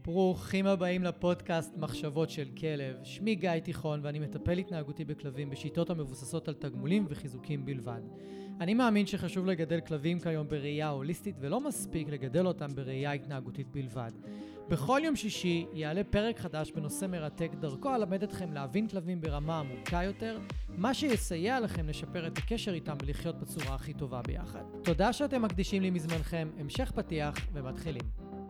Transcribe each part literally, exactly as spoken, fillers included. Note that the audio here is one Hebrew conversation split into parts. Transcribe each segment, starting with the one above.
ברוכים הבאים לפודקאסט מחשבות של כלב. שמי גיא תיכון ואני מטפל התנהגותי בכלבים בשיטות המבוססות על תגמולים וחיזוקים בלבד. אני מאמין שחשוב לגדל כלבים כיום בראייה הוליסטית ולא מספיק לגדל אותם בראייה התנהגותית בלבד. בכל יום שישי יעלה פרק חדש בנושא מרתק, דרכו אלמד אתכם להבין כלבים ברמה עמוקה יותר, מה שיסייע לכם לשפר את הקשר איתם ולחיות בצורה הכי טובה ביחד. תודה שאתם מקדישים לי מזמנכם, המשך פתיח ומתחילים.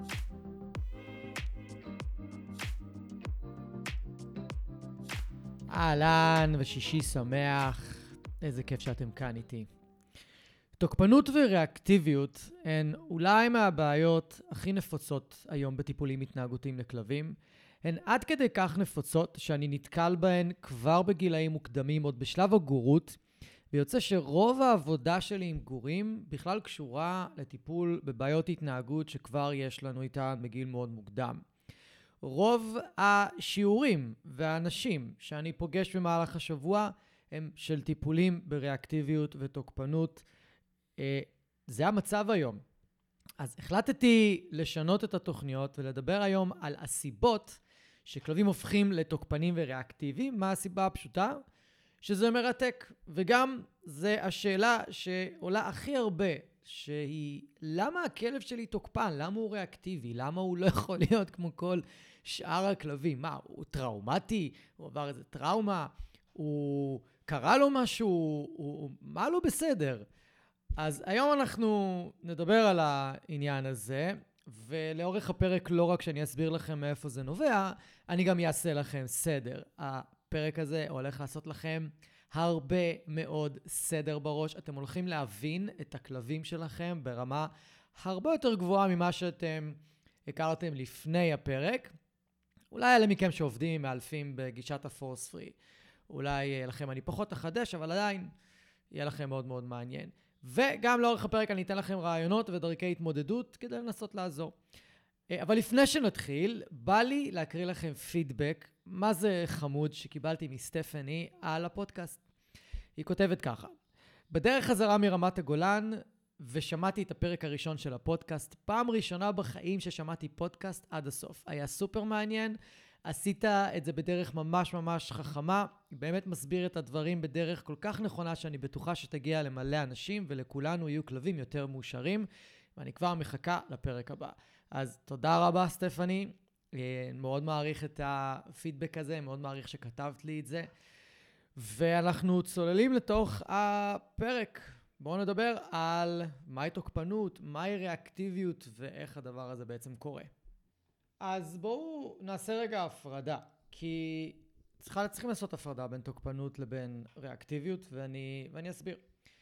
אהלן ושישי שמח, איזה כיף שאתם כאן איתי. תוקפנות וריאקטיביות הן אולי מהבעיות הכי נפוצות היום בטיפולים התנהגותיים לכלבים. הן עד כדי כך נפוצות שאני נתקל בהן כבר בגילאים מוקדמים, עוד בשלב הגורות, ויוצא שרוב העבודה שלי עם גורים בכלל קשורה לטיפול בבעיות התנהגות שכבר יש לנו איתן בגיל מאוד מוקדם. רוב השיעורים והאנשים שאני פוגש במהלך השבוע הם של טיפולים בריאקטיביות ותוקפנות. זה המצב היום. אז החלטתי לשנות את התוכניות ולדבר היום על הסיבות שכלבים הופכים לתוקפנים וריאקטיביים. מה הסיבה הפשוטה? שזה מרתק. וגם זה השאלה שעולה הכי הרבה, שהיא למה הכלב שלי תוקפן? למה הוא ריאקטיבי? למה הוא לא יכול להיות כמו כל שאר הכלבים? מה, הוא טראומטי? הוא עבר איזה טראומה? הוא קרה לו משהו? הוא, מה לא בסדר? אז היום אנחנו נדבר על העניין הזה, ולאורך הפרק לא רק שאני אסביר לכם מאיפה זה נובע, אני גם אעשה לכם סדר. הפרק הזה הולך לעשות לכם הרבה מאוד סדר בראש. אתם הולכים להבין את הכלבים שלכם ברמה הרבה יותר גבוהה ממה שאתם הכרתם לפני הפרק. אולי אלה מכם שעובדים, מאלפים בגישת הפורס פרי. אולי לכם אני פחות אחדש, אבל עדיין יהיה לכם מאוד מאוד מעניין. וגם לאורך הפרק אני אתן לכם רעיונות ודרכי התמודדות כדי לנסות לעזור. אבל לפני שנתחיל, בא לי להקריא לכם פידבק, מה זה חמוד שקיבלתי מסטפני על הפודקאסט. היא כותבת ככה: בדרך חזרה מרמת הגולן ושמעתי את הפרק הראשון של הפודקאסט, פעם ראשונה בחיים ששמעתי פודקאסט עד הסוף. היה סופר מעניין, עשית את זה בדרך ממש ממש חכמה, באמת מסביר את הדברים בדרך כל כך נכונה שאני בטוחה שתגיע למלא אנשים ולכולנו יהיו כלבים יותר מאושרים, ואני כבר מחכה לפרק הבא. אז תודה רבה סטפני, מאוד מעריך את הפידבק הזה, מאוד מעריך שכתבת לי את זה, ואנחנו צוללים לתוך הפרק. בואו נדבר על מהי תוקפנות, מהי ריאקטיביות ואיך הדבר הזה בעצם קורה. אז בואו נעשה רגע הפרדה, כי צריכה, צריכים לעשות הפרדה בין תוקפנות לבין ריאקטיביות, ואני, ואני אסביר.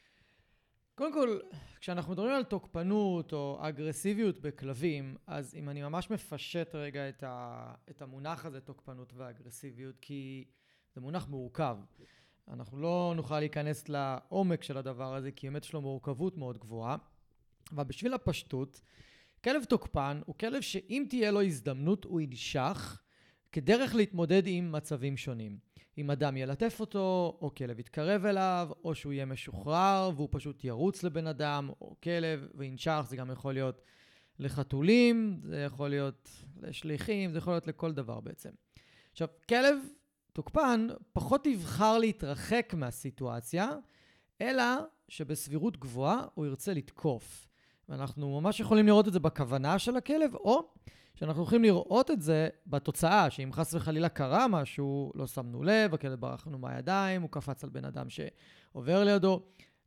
קודם כל, כשאנחנו מדברים על תוקפנות או אגרסיביות בכלבים, אז אם אני ממש מפשט רגע את, ה, את המונח הזה, תוקפנות ואגרסיביות, כי זה מונח מורכב. אנחנו לא נוכל להיכנס לעומק של הדבר הזה, כי באמת יש לו מורכבות מאוד גבוהה. אבל בשביל הפשטות, כלב תוקפן הוא כלב שאם תהיה לו הזדמנות הוא ינשך כדרך להתמודד עם מצבים שונים. אם אדם ילטף אותו, או כלב יתקרב אליו, או שהוא יהיה משוחרר והוא פשוט ירוץ לבן אדם, או כלב וינשך, זה גם יכול להיות לחתולים, זה יכול להיות לשליחים, זה יכול להיות לכל דבר בעצם. עכשיו, כלב תוקפן פחות יבחר להתרחק מהסיטואציה, אלא שבסבירות גבוהה הוא ירצה לתקוף. ואנחנו ממש יכולים לראות את זה בכוונה של הכלב, או שאנחנו יכולים לראות את זה בתוצאה, שאם חס וחלילה קרה משהו, לא שמנו לב, הכלב ברח לנו מהידיים, הוא קפץ על בן אדם שעובר לידו.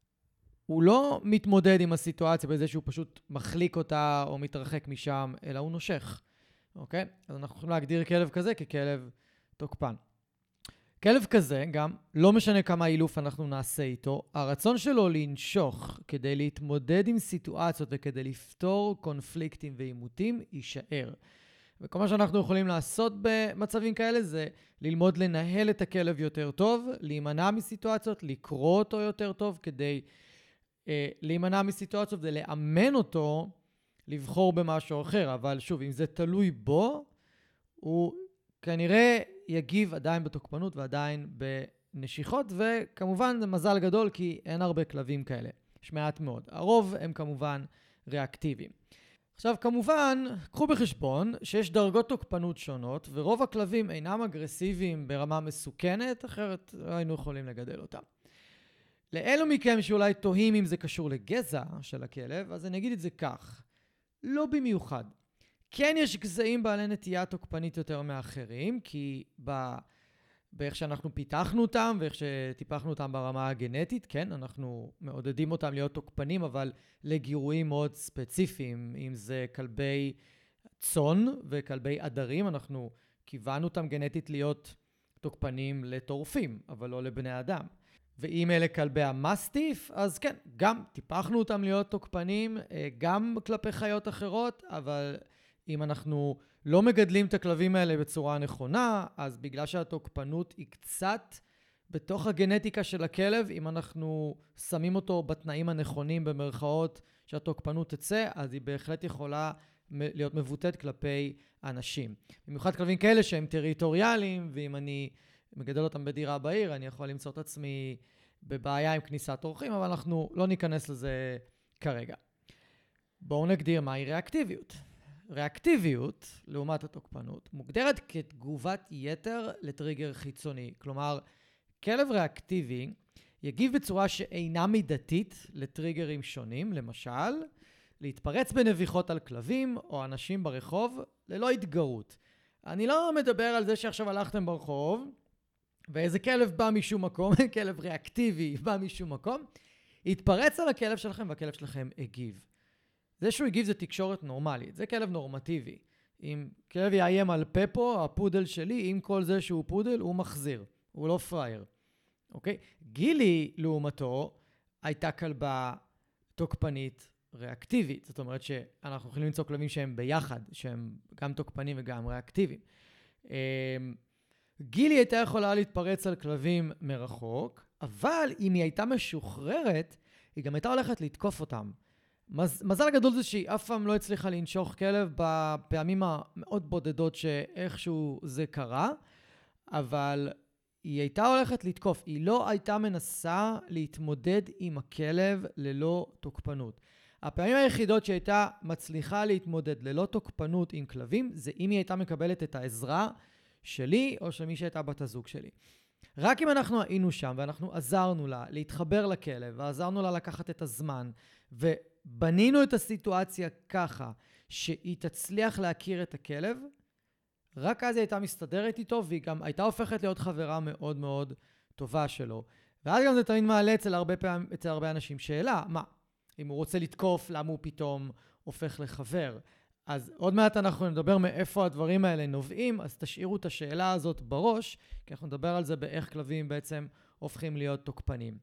הוא לא מתמודד עם הסיטואציה בזה שהוא פשוט מחליק אותה או מתרחק משם, אלא הוא נושך. אוקיי? אז אנחנו יכולים להגדיר כלב כזה ככלב תוקפן. כלב כזה, גם לא משנה כמה אילוף אנחנו נעשה איתו, הרצון שלו לנשוך כדי להתמודד עם סיטואציות וכדי לפתור קונפליקטים ועימותים יישאר. וכל מה שאנחנו יכולים לעשות במצבים כאלה זה ללמוד לנהל את הכלב יותר טוב, להימנע מסיטואציות, לקרוא אותו יותר טוב כדי אה, להימנע מסיטואציות ולאמן אותו לבחור במשהו אחר. אבל שוב, אם זה תלוי בו, הוא כנראה יגיב עדיין בתוקפנות ועדיין בנשיכות, וכמובן זה מזל גדול כי אין הרבה כלבים כאלה. יש מעט מאוד. הרוב הם כמובן ריאקטיביים. עכשיו, כמובן, קחו בחשבון שיש דרגות תוקפנות שונות, ורוב הכלבים אינם אגרסיביים ברמה מסוכנת, אחרת לא היינו יכולים לגדל אותם. לאלו מכם שאולי תוהים אם זה קשור לגזע של הכלב, אז אני אגיד את זה כך. לא במיוחד. כן יש גזעים בעלי נטייה תוקפנית יותר מאחרים, כי ב... באיך שאנחנו פיתחנו אותם ואיך שטיפחנו אותם ברמה הגנטית, כן, אנחנו מעודדים אותם להיות תוקפנים, אבל לגירויים מאוד ספציפיים, אם זה כלבי צאן וכלבי עדרים, אנחנו כיוונו אותם גנטית להיות תוקפנים לטורפים, אבל לא לבני אדם. ואם אלה כלבי המסטיף, אז כן, גם טיפחנו אותם להיות תוקפנים, גם כלפי חיות אחרות, אבל אם אנחנו לא מגדלים את הכלבים האלה בצורה נכונה, אז בגלל שהתוקפנות היא קצת בתוך הגנטיקה של הכלב, אם אנחנו שמים אותו בתנאים הנכונים במרכאות שהתוקפנות תצא, אז היא בהחלט יכולה להיות מבוטאת כלפי אנשים. במיוחד כלבים כאלה שהם טריטוריאליים, ואם אני מגדל אותם בדירה בעיר, אני יכול למצוא את עצמי בבעיה עם כניסת אורחים, אבל אנחנו לא ניכנס לזה כרגע. בואו נגדיר מהי ריאקטיביות. ריאקטיביות, לעומת התוקפנות, מוגדרת כתגובת יתר לטריגר חיצוני. כלומר, כלב ריאקטיבי יגיב בצורה שאינה מידתית לטריגרים שונים, למשל, להתפרץ בנביחות על כלבים או אנשים ברחוב ללא התגרות. אני לא מדבר על זה שעכשיו הלכתם ברחוב, ואיזה כלב בא משום מקום, כלב ריאקטיבי בא משום מקום, התפרץ על הכלב שלכם והכלב שלכם הגיב. זה שהוא הגיב זה תקשורת נורמלית, זה כלב נורמטיבי. אם כלב יאיים על פפו, הפודל שלי, עם כל זה שהוא פודל, הוא מחזיר, הוא לא פרייר. אוקיי? גילי, לעומתו, הייתה כלבה תוקפנית ריאקטיבית. זאת אומרת שאנחנו יכולים למצוא כלבים שהם ביחד, שהם גם תוקפנים וגם ריאקטיביים. גילי הייתה יכולה להתפרץ על כלבים מרחוק, אבל אם היא הייתה משוחררת, היא גם הייתה הולכת לתקוף אותם. מז, מזל גדול זה שהיא אף פעם לא הצליחה לנשוך כלב בפעמים המאוד בודדות שאיכשהו זה קרה, אבל היא הייתה הולכת לתקוף. היא לא הייתה מנסה להתמודד עם הכלב ללא תוקפנות. הפעמים היחידות שהייתה מצליחה להתמודד ללא תוקפנות עם כלבים, זה אם היא הייתה מקבלת את העזרה שלי או של מי שהייתה בת הזוג שלי. רק אם אנחנו היינו שם ואנחנו עזרנו לה להתחבר לכלב, ועזרנו לה לקחת את הזמן, ובנינו את הסיטואציה ככה שהיא תצליח להכיר את הכלב, רק אז היא הייתה מסתדרת איתו, והיא גם הייתה הופכת להיות חברה מאוד מאוד טובה שלו. ואז גם זה תמיד מעלה אצל הרבה, פעמים, אצל הרבה אנשים שאלה, מה? אם הוא רוצה לתקוף, למה הוא פתאום הופך לחבר? אז עוד מעט אנחנו נדבר מאיפה הדברים האלה נובעים, אז תשאירו את השאלה הזאת בראש, כי אנחנו נדבר על זה באיך כלבים בעצם הופכים להיות תוקפנים.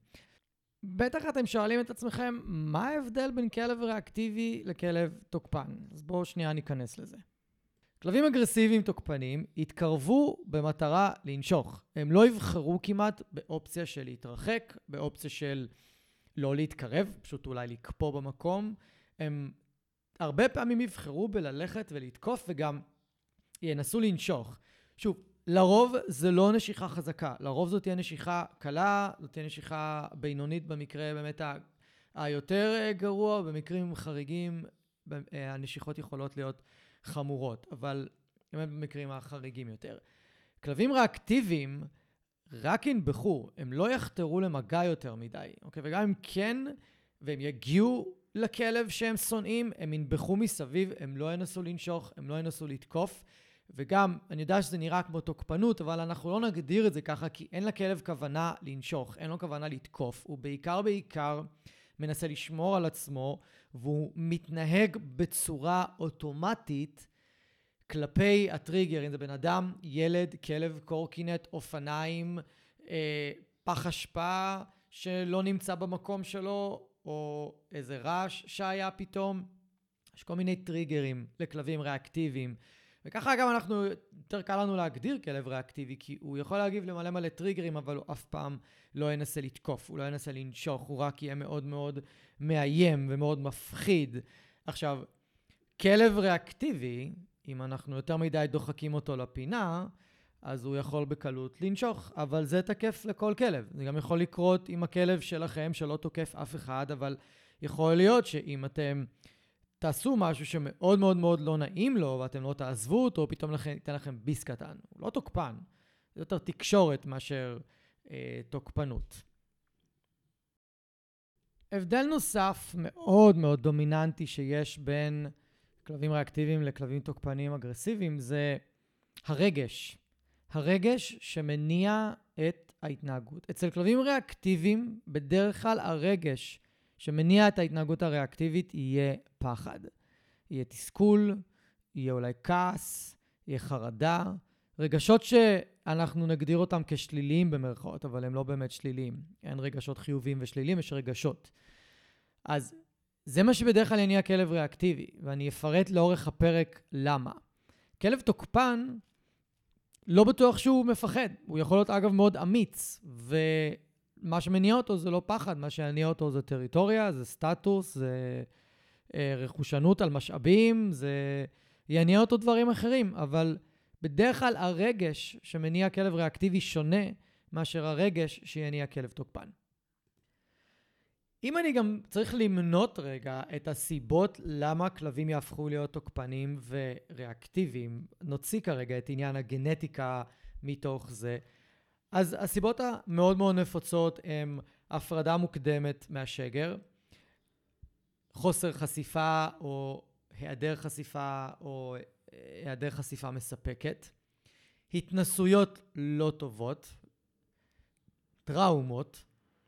בטח אתם שואלים את עצמכם, מה ההבדל בין כלב ריאקטיבי לכלב תוקפן? אז בואו שנייה ניכנס לזה. כלבים אגרסיביים תוקפנים התקרבו במטרה לנשוך. הם לא יבחרו כמעט באופציה של להתרחק, באופציה של לא להתקרב, פשוט אולי לקפוא במקום. הם הרבה פעמים יבחרו בללכת ולתקוף וגם ינסו לנשוך. שוב, לרוב זה לא נשיכה חזקה. לרוב זאת תהיה נשיכה קלה, זאת תהיה נשיכה בינונית במקרה באמת ה- היותר גרוע. במקרים חריגים הנשיכות יכולות להיות חמורות, אבל באמת במקרים החריגים יותר. כלבים ריאקטיביים רק ינבחו, הם לא יחתרו למגע יותר מדי, אוקיי? וגם אם כן, והם יגיעו לכלב שהם שונאים, הם ינבחו מסביב, הם לא ינסו לנשוך, הם לא ינסו לתקוף, וגם, אני יודע שזה נראה כמו תוקפנות, אבל אנחנו לא נגדיר את זה ככה, כי אין לכלב כוונה לנשוך, אין לו כוונה לתקוף, הוא בעיקר בעיקר מנסה לשמור על עצמו, והוא מתנהג בצורה אוטומטית כלפי הטריגר, אם זה בן אדם, ילד, כלב, קורקינט, אופניים, אה, פח אשפה שלא נמצא במקום שלו, או איזה רעש שהיה פתאום. יש כל מיני טריגרים לכלבים ריאקטיביים. וככה גם אנחנו, יותר קל לנו להגדיר כלב ריאקטיבי, כי הוא יכול להגיב למלא מלא טריגרים, אבל הוא אף פעם לא ינסה לתקוף, הוא לא ינסה לנשוך, הוא רק יהיה מאוד מאוד מאיים ומאוד מפחיד. עכשיו, כלב ריאקטיבי, אם אנחנו יותר מדי דוחקים אותו לפינה, אז הוא יכול בקלות לנשוך, אבל זה תקף לכל כלב. זה גם יכול לקרות עם הכלב שלכם, שלא תוקף אף אחד, אבל יכול להיות שאם אתם תעשו משהו שמאוד מאוד מאוד לא נעים לו, ואתם לא תעזבו אותו, פתאום לכם, ייתן לכם ביס קטן. הוא לא תוקפן, זה יותר תקשורת מאשר אה, תוקפנות. הבדל נוסף מאוד מאוד דומיננטי שיש בין כלבים ריאקטיביים לכלבים תוקפניים אגרסיביים, זה הרגש. הרגש שמניע את ההתנהגות. אצל כלבים ריאקטיביים, בדרך כלל הרגש שמניע את ההתנהגות הריאקטיבית יהיה פחד. יהיה תסכול, יהיה אולי כעס, יהיה חרדה. רגשות שאנחנו נגדיר אותם כשליליים במרכאות, אבל הם לא באמת שליליים. אין רגשות חיוביים ושליליים, יש רגשות. אז זה מה שבדרך כלל יניע כלב ריאקטיבי, ואני אפרט לאורך הפרק למה. כלב תוקפן לא בטוח שהוא מפחד. הוא יכול להיות אגב מאוד אמיץ, ומה שמניע אותו זה לא פחד, מה שיניע אותו זה טריטוריה, זה סטטוס, זה אה, רכושנות על משאבים, זה יניע אותו דברים אחרים, אבל בדרך כלל הרגש שמניע כלב ריאקטיבי שונה מאשר הרגש שיניע כלב תוקפן. אם אני גם צריך למנות רגע את הסיבות למה כלבים יהפכו להיות תוקפנים וריאקטיביים, נוציא כרגע את עניין הגנטיקה מתוך זה, אז הסיבות המאוד מאוד נפוצות הן הפרדה מוקדמת מהשגר, חוסר חשיפה או היעדר חשיפה או היעדר חשיפה מספקת, התנסויות לא טובות, טראומות,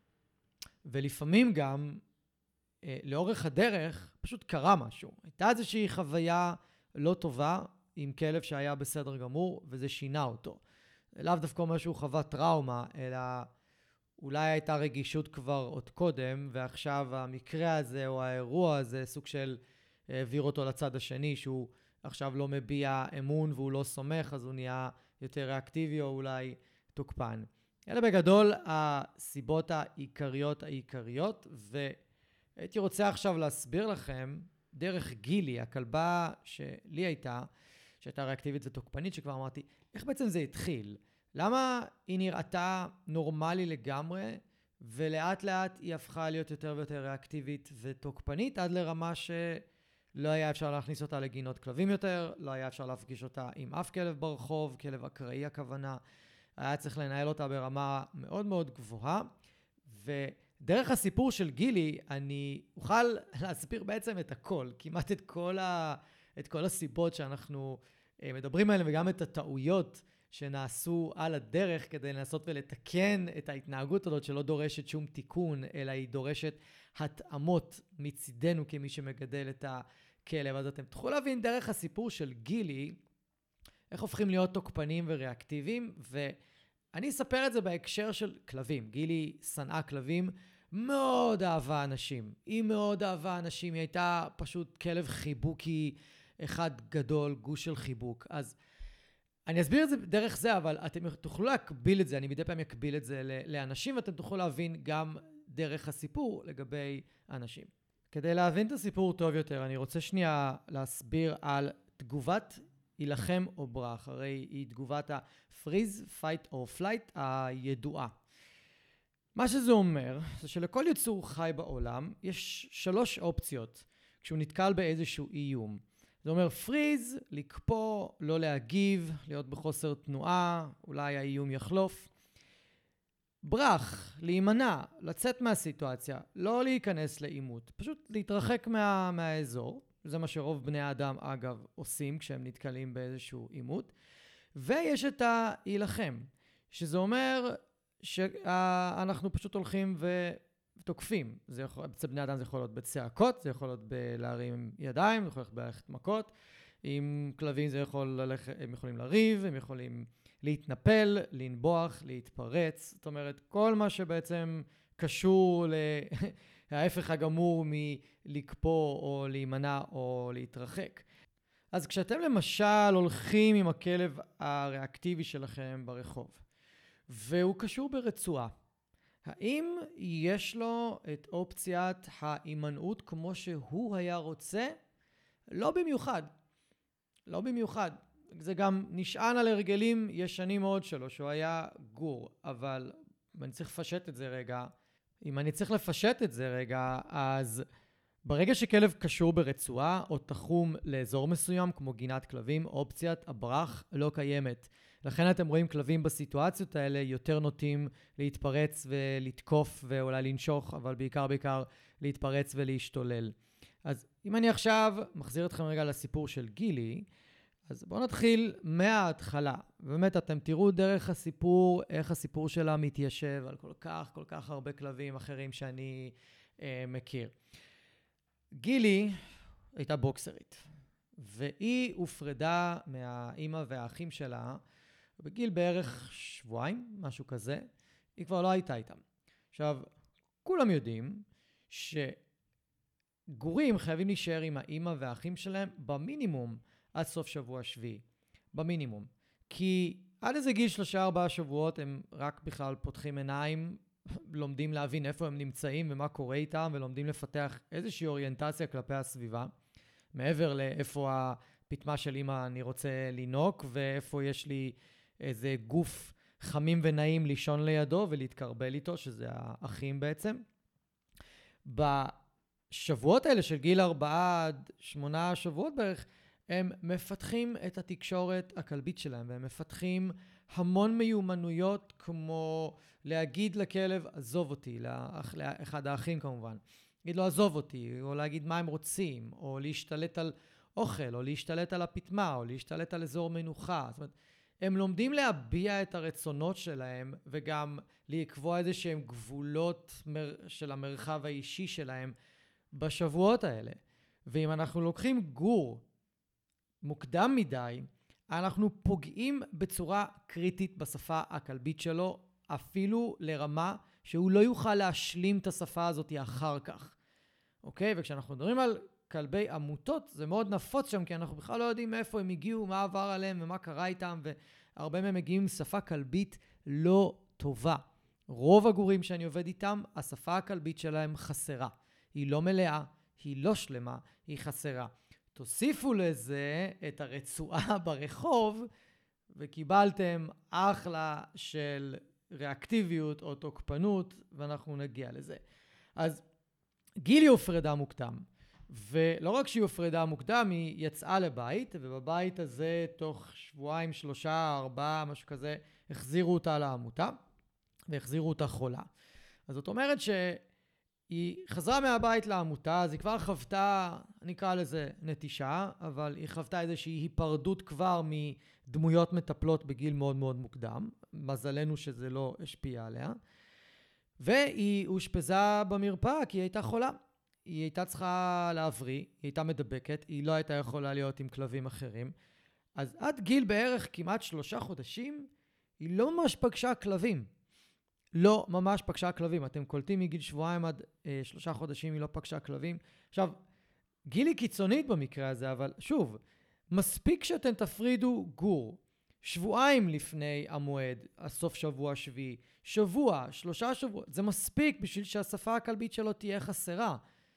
ולפעמים גם אה, לאורך הדרך פשוט קרה משהו. הייתה איזושהי חוויה לא טובה עם כלב שהיה בסדר גמור, וזה שינה אותו. לאו דווקא משהו חווה טראומה, אלא אולי הייתה רגישות כבר עוד קודם, ועכשיו המקרה הזה או האירוע הזה סוג של העביר אותו לצד השני, שהוא עכשיו לא מביע אמון והוא לא סומך, אז הוא נהיה יותר ריאקטיבי או אולי תוקפן. אלה בגדול הסיבות העיקריות העיקריות, והייתי רוצה עכשיו להסביר לכם דרך גילי, הכלבה שלי הייתה, שהייתה ריאקטיבית ותוקפנית, שכבר אמרתי, איך בעצם זה התחיל? למה היא נראתה נורמלי לגמרי, ולאט לאט היא הפכה להיות יותר ויותר ריאקטיבית ותוקפנית, עד לרמה שלא היה אפשר להכניס אותה לגינות כלבים יותר, לא היה אפשר להפגיש אותה עם אף כלב ברחוב, כלב אקראי הכוונה, היה צריך לנהל אותה ברמה מאוד מאוד גבוהה, ודרך הסיפור של גילי, אני אוכל להסביר בעצם את הכל, כמעט את כל, ה... את כל הסיבות שאנחנו מדברים עליהן, וגם את הטעויות שנעשו על הדרך כדי לנסות ולתקן את ההתנהגות הזאת שלא דורשת שום תיקון, אלא היא דורשת התאמות מצידנו כמי שמגדל את הכלב. אז אתם תוכלו להבין דרך הסיפור של גילי, איך הופכים להיות תוקפנים וריאקטיביים, ואני אספר את זה בהקשר של כלבים. גילי שנאה כלבים, מאוד אהבה אנשים. היא מאוד אהבה אנשים, היא הייתה פשוט כלב חיבוקי אחד גדול, גוש של חיבוק. אז אני אסביר את זה דרך זה, אבל אתם תוכלו להקביל את זה, אני מדי פעם אקביל את זה לאנשים, ואתם תוכלו להבין גם דרך הסיפור לגבי אנשים. כדי להבין את הסיפור טוב יותר, אני רוצה שנייה להסביר על תגובת ילחם או ברח, הרי היא תגובת ה-freeze, fight or flight הידועה. מה שזה אומר, זה שלכל יצור חי בעולם יש שלוש אופציות כשהוא נתקל באיזשהו איום. זה אומר freeze, לקפוא, לא להגיב, להיות בחוסר תנועה, אולי האיום יחלוף. ברח, להימנע, לצאת מהסיטואציה, לא להיכנס לאימות, פשוט להתרחק מה, מהאזור. זה מה שרוב בני האדם, אגב, עושים כשהם נתקלים באיזשהו אימות. ויש את הילחם, שזה אומר שאנחנו פשוט הולכים ותוקפים. זה יכול, אצל בני אדם זה יכול להיות בצעקות, זה יכול להיות בלהרים ידיים, זה יכול להיות בלכת מכות. עם כלבים זה יכול ללכת, הם יכולים לריב, הם יכולים להתנפל, לנבוח, להתפרץ. זאת אומרת, כל מה שבעצם קשור ל... ההפך הגמור מלקפוא או להימנע או להתרחק. אז כשאתם למשל הולכים עם הכלב הריאקטיבי שלכם ברחוב, והוא קשור ברצועה, האם יש לו את אופציית ההימנעות כמו שהוא היה רוצה? לא במיוחד. לא במיוחד. זה גם נשען על הרגלים ישנים מאוד שלו, שהוא היה גור, אבל אני צריך לפשט את זה רגע. אם אני צריך לפשט את זה רגע, אז ברגע שכלב קשור ברצועה או תחום לאזור מסוים, כמו גינת כלבים, אופציית הברח לא קיימת. לכן אתם רואים כלבים בסיטואציות האלה יותר נוטים להתפרץ ולתקוף ואולי לנשוך, אבל בעיקר בעיקר להתפרץ ולהשתולל. אז אם אני עכשיו מחזיר אתכם רגע לסיפור של גילי, אז בואו נתחיל מההתחלה. באמת אתם תראו דרך הסיפור, איך הסיפור שלה מתיישב על כל כך כל כך הרבה כלבים אחרים שאני אה, מכיר. גילי הייתה בוקסרית, והיא הופרדה מהאימא והאחים שלה בגיל בערך שבועיים, משהו כזה. היא כבר לא הייתה איתם. עכשיו, כולם יודעים שגורים חייבים להישאר עם האימא והאחים שלהם במינימום עד סוף שבוע שביעי. במינימום. כי עד איזה גיל שלושה ארבעה שבועות הם רק בכלל פותחים עיניים, לומדים להבין איפה הם נמצאים ומה קורה איתם, ולומדים לפתח איזושהי אוריינטציה כלפי הסביבה, מעבר לאיפה הפתמה של אמא אני רוצה לינוק, ואיפה יש לי איזה גוף חמים ונעים לישון לידו ולהתקרבל איתו, שזה האחים בעצם. בשבועות האלה של גיל ארבעה עד שמונה שבועות בערך, הם מפתחים את התקשורת הכלבית שלהם, והם מפתחים המון מיומנויות, כמו להגיד לכלב, עזוב אותי, לאח, לאחד האחים כמובן. להגיד לו, עזוב אותי, או להגיד מה הם רוצים, או להשתלט על אוכל, או להשתלט על הפתמה, או להשתלט על אזור מנוחה. זאת אומרת, הם לומדים להביע את הרצונות שלהם, וגם לקבוע איזה שהם גבולות של המרחב האישי שלהם בשבועות האלה. ואם אנחנו לוקחים גור מוקדם מדי, אנחנו פוגעים בצורה קריטית בשפה הכלבית שלו, אפילו לרמה שהוא לא יוכל להשלים את השפה הזאת אחר כך. אוקיי? וכשאנחנו מדברים על כלבי עמותות, זה מאוד נפוץ שם, כי אנחנו בכלל לא יודעים מאיפה הם הגיעו, מה עבר עליהם ומה קרה איתם, והרבה מהם מגיעים עם שפה כלבית לא טובה. רוב הגורים שאני עובד איתם, השפה הכלבית שלהם חסרה. היא לא מלאה, היא לא שלמה, היא חסרה. תוסיפו לזה את הרצועה ברחוב, וקיבלתם אחלה של ריאקטיביות או תוקפנות, ואנחנו נגיע לזה. אז גילי הופרדה מוקדם, ולא רק שהיא הופרדה מוקדם, היא יצאה לבית, ובבית הזה תוך שבועיים, שלושה, ארבעה, משהו כזה, החזירו אותה לעמותה, והחזירו אותה חולה. אז זאת אומרת שהיא חזרה מהבית לעמותה, אז היא כבר חוותה, אני אקרא לזה נטישה, אבל היא חוותה איזושהי היפרדות כבר מדמויות מטפלות בגיל מאוד מאוד מוקדם. מזלנו שזה לא השפיע עליה. והיא הושפזה במרפאה כי היא הייתה חולה. היא הייתה צריכה להבריא, היא הייתה מדבקת, היא לא הייתה יכולה להיות עם כלבים אחרים. אז עד גיל בערך כמעט שלושה חודשים, היא לא ממש פגשה כלבים. לא ממש פגשה כלבים. אתם קולטים מגיל שבועיים עד אה, שלושה חודשים היא לא פגשה כלבים. עכשיו, גיל היא קיצונית במקרה הזה, אבל שוב, מספיק שאתם תפרידו גור. שבועיים לפני המועד, הסוף שבוע שביעי, שבוע, שלושה שבועות, זה מספיק בשביל שהשפה הכלבית שלו תהיה חסרה.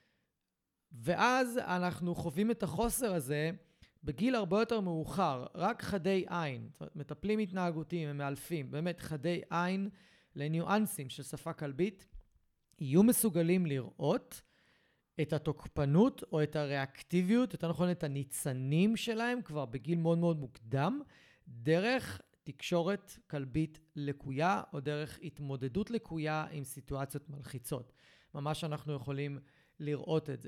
ואז אנחנו חווים את החוסר הזה בגיל הרבה יותר מאוחר, רק חדי עין. זאת אומרת, מטפלים התנהגותיים, הם מאלפים, באמת חדי עין לניואנסים של שפה כלבית, יהיו מסוגלים לראות את התוקפנות או את הריאקטיביות, יותר נכון את הניצנים שלהם כבר בגיל מאוד מאוד מוקדם, דרך תקשורת כלבית לקויה או דרך התמודדות לקויה עם סיטואציות מלחיצות. ממש אנחנו יכולים לראות את זה.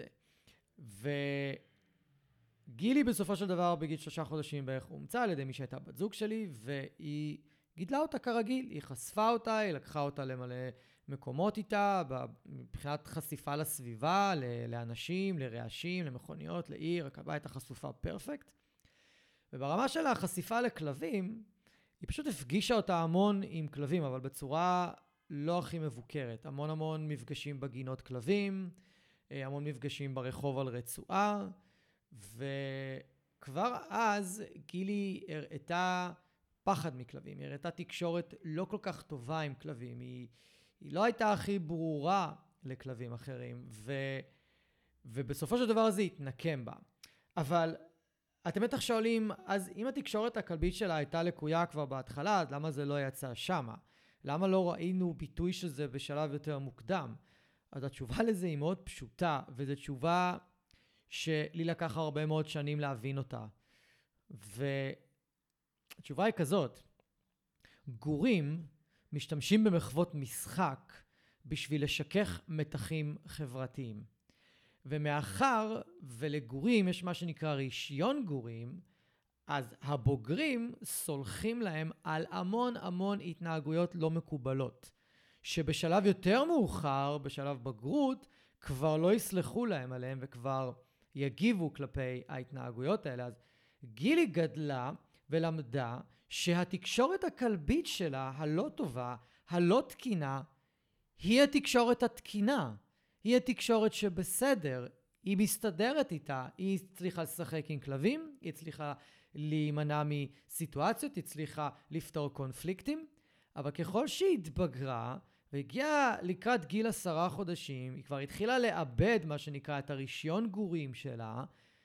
וגילי בסופו של דבר בגיל שלושה חודשים בערך הומצא על ידי מי שהייתה בת זוג שלי, והיא גידלה אותה כרגיל, היא חשפה אותה, היא לקחה אותה למלא מקומות איתה, מבחינת חשיפה לסביבה, לאנשים, לרעשים, למכוניות, לעיר, הכלבה הייתה חשופה פרפקט. וברמה של החשיפה לכלבים, היא פשוט הפגישה אותה המון עם כלבים, אבל בצורה לא הכי מבוקרת. המון המון מפגשים בגינות כלבים, המון מפגשים ברחוב על רצועה, וכבר אז גילי הראתה פחד מכלבים, היא הראתה תקשורת לא כל כך טובה עם כלבים, היא, היא לא הייתה הכי ברורה לכלבים אחרים, ו, ובסופו של דבר זה התנקם בה. אבל אתם בטח שואלים, אז אם התקשורת הכלבית שלה הייתה לקויה כבר בהתחלה, אז למה זה לא יצא שמה? למה לא ראינו ביטוי של זה בשלב יותר מוקדם? אז התשובה לזה היא מאוד פשוטה, וזו תשובה שלי לקח הרבה מאוד שנים להבין אותה. והתשובה היא כזאת, גורים משתמשים במחוות משחק בשביל לשכך מתחים חברתיים. ומאחר ולגורים יש מה שנקרא רישיון גורים, אז הבוגרים סולחים להם על המון המון התנהגויות לא מקובלות, שבשלב יותר מאוחר, בשלב בגרות, כבר לא יסלחו להם עליהם וכבר יגיבו כלפי ההתנהגויות האלה. אז גילי גדלה ולמדה שהתקשורת הכלבית שלה, הלא טובה, הלא תקינה, היא התקשורת התקינה. היא התקשורת שבסדר, היא מסתדרת איתה, היא הצליחה לשחק עם כלבים, היא הצליחה להימנע מסיטואציות, היא הצליחה לפתור קונפליקטים, אבל ככל שהיא התבגרה והגיעה לקראת גיל עשרה חודשים, היא כבר התחילה לאבד מה שנקרא את הרישיון גורים שלה,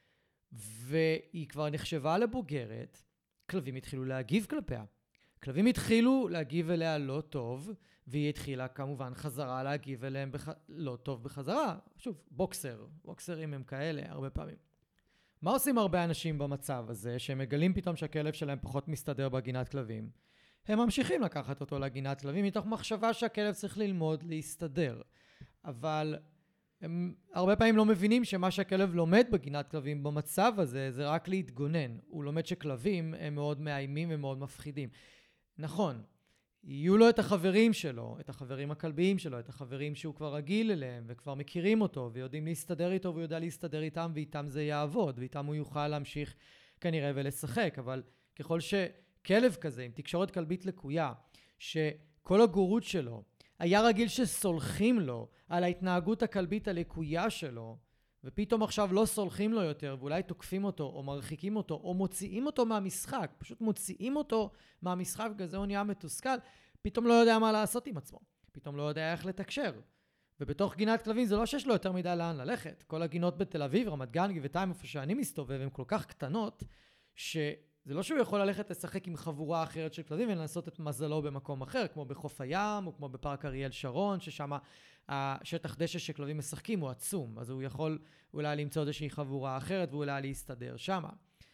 והיא כבר נחשבה לבוגרת, כלבים התחילו להגיב כלפיה. כלבים התחילו להגיב אליה לא טוב, והיא התחילה כמובן חזרה להגיב אליהם בח... לא טוב בחזרה. שוב, בוקסר, בוקסרים הם כאלה הרבה פעמים. מה עושים הרבה אנשים במצב הזה, שהם מגלים פתאום שהכלב שלהם פחות מסתדר בגינת כלבים? הם ממשיכים לקחת אותו לגינת כלבים, מתוך מחשבה שהכלב צריך ללמוד להסתדר. אבל הם הרבה פעמים לא מבינים שמה שהכלב לומד בגינת כלבים במצב הזה, זה רק להתגונן. הוא לומד שכלבים הם מאוד מאיימים ומאוד מפחידים. נכון, יהיו לו את החברים שלו, את החברים הכלביים שלו, את החברים שהוא כבר רגיל אליהם וכבר מכירים אותו ויודעים להסתדר איתו, והוא יודע להסתדר איתם ואיתם זה יעבוד, ואיתם הוא יוכל להמשיך כנראה ולשחק. אבל ככל שכלב כזה עם תקשורת כלבית לקויה, שכל הגורות שלו היה רגיל שסולחים לו על ההתנהגות הכלבית הלקויה שלו, ופתאום עכשיו לא סולחים לו יותר, ואולי תוקפים אותו, או מרחיקים אותו, או מוציאים אותו מהמשחק, פשוט מוציאים אותו מהמשחק, כזה הוא נהיה מתוסכל, פתאום לא יודע מה לעשות עם עצמו, פתאום לא יודע איך לתקשר. ובתוך גינת כלבים זה לא שיש לו יותר מדי לאן ללכת. כל הגינות בתל אביב, רמת גן, גבעתיים, איפה שאני מסתובב, הן כל כך קטנות, שזה לא שהוא יכול ללכת לשחק עם חבורה אחרת של כלבים, ולנסות את מזלו במקום אחר, כמו בחוף הים, או כמו בפארק אריאל שרון, ששם השטח דשא שכלבים משחקים הוא עצום, אז הוא יכול אולי למצוא איזושהי חבורה אחרת, ואולי להסתדר שם.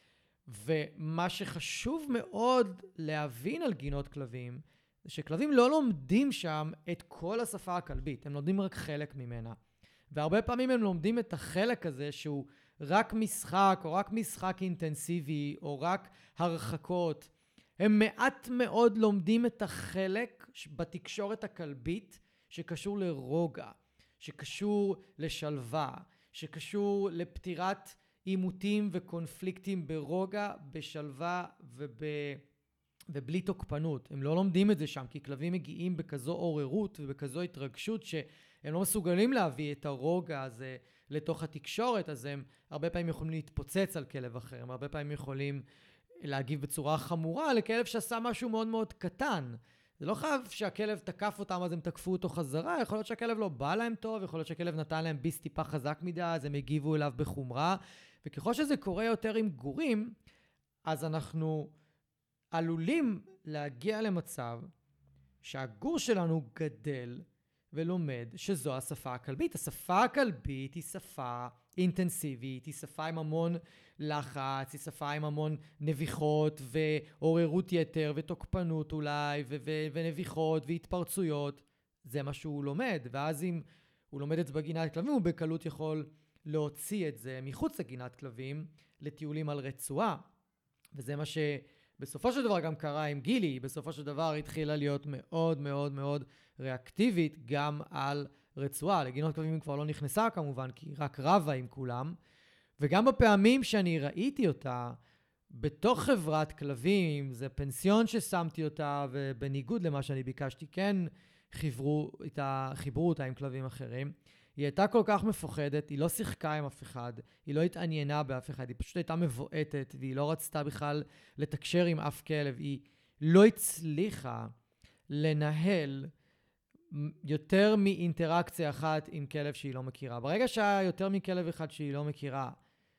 ומה שחשוב מאוד להבין על גינות כלבים, זה שכלבים לא לומדים שם את כל השפה הכלבית, הם לומדים רק חלק ממנה. והרבה פעמים הם לומדים את החלק הזה שהוא רק משחק, או רק משחק אינטנסיבי, או רק הרחקות. הם מעט מאוד לומדים את החלק בתקשורת הכלבית, שקשור לרוגע, שקשור לשלווה, שקשור לפתירת עימותים וקונפליקטים ברוגע, בשלווה וב... ובלי תוקפנות. הם לא לומדים את זה שם, כי כלבים מגיעים בכזו עוררות ובכזו התרגשות, שהם לא מסוגלים להביא את הרוגע הזה לתוך התקשורת, אז הם הרבה פעמים יכולים להתפוצץ על כלב אחר, הם הרבה פעמים יכולים להגיב בצורה חמורה לכלב שעשה משהו מאוד מאוד קטן. זה לא חייב שהכלב תקף אותם, אז הם תקפו אותו חזרה, יכול להיות שהכלב לא בא להם טוב, יכול להיות שהכלב נתן להם ביס טיפה חזק מדי, אז הם הגיבו אליו בחומרה, וככל שזה קורה יותר עם גורים, אז אנחנו עלולים להגיע למצב שהגור שלנו גדל ולומד שזו השפה הכלבית. השפה הכלבית היא שפה אינטנסיבית, היא שפה עם המון לחץ, היא שפה עם המון נביחות ועוררות יתר ותוקפנות אולי, ו- ו- ונביחות והתפרצויות. זה מה שהוא לומד, ואז אם הוא לומד את זה בגינת כלבים, הוא בקלות יכול להוציא את זה מחוץ לגינת כלבים לטיולים על רצועה. וזה מה שבסופו של דבר גם קרה עם גילי, בסופו של דבר התחילה להיות מאוד מאוד מאוד ריאקטיבית גם על רצועה. לגינות כלבים היא כבר לא נכנסה כמובן, כי היא רק רבה עם כולם. וגם בפעמים שאני ראיתי אותה בתוך חברת כלבים, זה פנסיון ששמתי אותה, ובניגוד למה שאני ביקשתי, כן חיברו אותה, חיברו אותה עם כלבים אחרים. היא הייתה כל כך מפוחדת, היא לא שיחקה עם אף אחד, היא לא התעניינה באף אחד, היא פשוט הייתה מבועטת, והיא לא רצתה בכלל לתקשר עם אף כלב, היא לא הצליחה לנהל יותר מאינטראקציה אחת עם כלב שהיא לא מכירה. ברגע שהיה יותר מכלב אחד שהיא לא מכירה,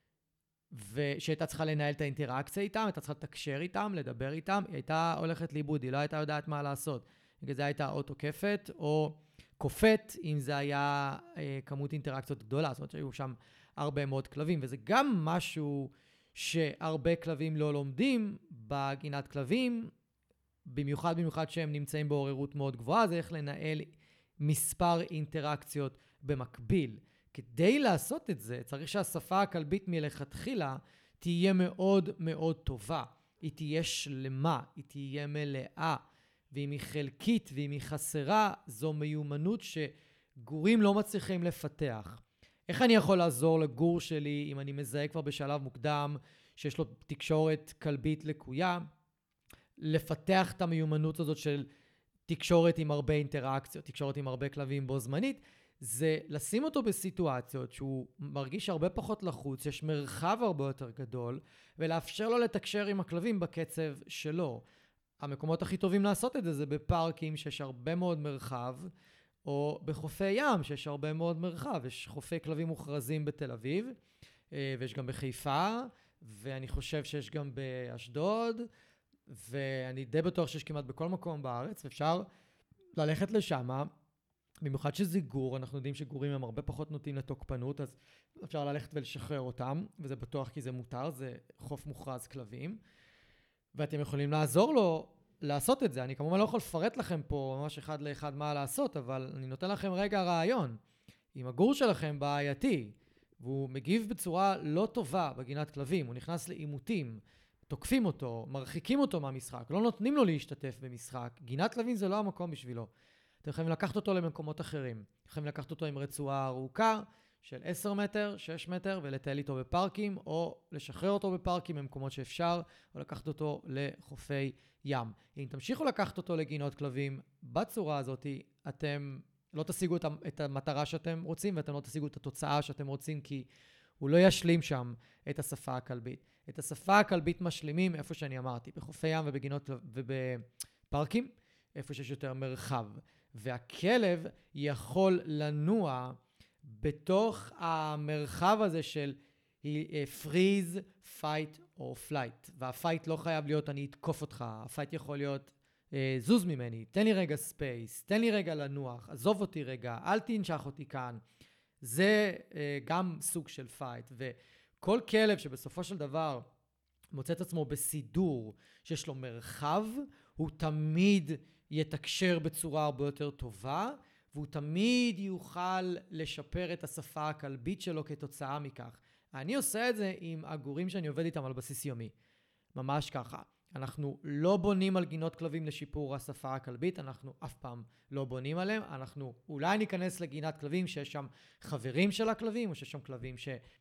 ושהייתה צריכה לנהל את האינטראקציה איתם, הייתה צריכה לתקשר איתם, לדבר איתם, היא הייתה הולכת לאיבוד, היא לא הייתה יודעת מה לעשות. בגלל זה הייתה או תוקפת, או קופט, אם זה היה אה, כמות אינטראקציות גדולה, זאת אומרת שהיו שם הרבה מאוד כלבים, וזה גם משהו שהרבה כלבים לא לומדים בגינת כלבים, במיוחד במיוחד שהם נמצאים בעוררות מאוד גבוהה, זה איך לנהל מספר אינטראקציות במקביל. כדי לעשות את זה, צריך שהשפה הכלבית מלכתחילה תהיה מאוד מאוד טובה. היא תהיה שלמה, היא תהיה מלאה, ואם היא חלקית ואם היא חסרה, זו מיומנות שגורים לא מצליחים לפתח. איך אני יכול לעזור לגור שלי אם אני מזהה כבר בשלב מוקדם שיש לו תקשורת כלבית לקויה? לפתח את המיומנות הזאת של תקשורת עם הרבה אינטראקציות, תקשורת עם הרבה כלבים בו זמנית, זה לשים אותו בסיטואציות שהוא מרגיש הרבה פחות לחוץ, יש מרחב הרבה יותר גדול, ולאפשר לו לתקשר עם הכלבים בקצב שלו. המקומות הכי טובים לעשות את זה זה בפארקים שיש הרבה מאוד מרחב, או בחופי ים שיש הרבה מאוד מרחב. יש חופי כלבים מוכרזים בתל אביב, ויש גם בחיפה, ואני חושב שיש גם באשדוד, ואני די בטוח שיש כמעט בכל מקום בארץ, ואפשר ללכת לשם, במיוחד שזה גור, אנחנו יודעים שגורים הם הרבה פחות נוטים לתוקפנות, אז אפשר ללכת ולשחרר אותם, וזה בטוח כי זה מותר, זה חוף מוכרז כלבים, ואתם יכולים לעזור לו לעשות את זה. אני כמובן לא יכול לפרט לכם פה ממש אחד לאחד מה לעשות, אבל אני נותן לכם רגע רעיון. אם הגור שלכם בעייתי, והוא מגיב בצורה לא טובה בגינת כלבים, הוא נכנס לעימותים, תוקפים אותו, מרחיקים אותו מהמשחק, לא נותנים לו להשתתף במשחק, גינת כלבים זה לא המקום בשבילו. אתם יכולים לקחת אותו למקומות אחרים. יכולים לקחת אותו עם רצועה ארוכה של עשרה מטר, שש מטר, ולטייל איתו בפארקים, או לשחרר אותו בפארקים במקומות שאפשר, או לקחת אותו לחופי ים. אם תמשיכו לקחת אותו לגינות כלבים בצורה הזאת, אתם לא תשיגו את המטרה שאתם רוצים, ואתם לא תשיגו את התוצאה שאתם רוצים, כי הוא לא ישלים שם את השפה הכלבית. את השפה הכלבית משלימים איפה שאני אמרתי, בחופי ים ובגינות ובפארקים, איפה שיש יותר מרחב. והכלב יכול לנוע בתוך המרחב הזה של freeze, fight או flight. והפייט לא חייב להיות אני אתקוף אותך, הפייט יכול להיות זוז ממני, תן לי רגע ספייס, תן לי רגע לנוח, עזוב אותי רגע, אל תנשך אותי כאן. זה גם סוג של פייט, וכל כלב שבסופו של דבר מוצא את עצמו בסידור שיש לו מרחב, הוא תמיד יתקשר בצורה הרבה יותר טובה, והוא תמיד יוכל לשפר את השפה הכלבית שלו כתוצאה מכך. אני עושה את זה עם הגורים שאני עובד איתם על בסיס יומי. ממש ככה. אנחנו לא בונים על גינות כלבים לשיפור השפה הכלבית, אנחנו אף פעם לא בונים עליהם. אנחנו אולי ניכנס לגינת כלבים שיש שם חברים של הכלבים, או שיש שם כלבים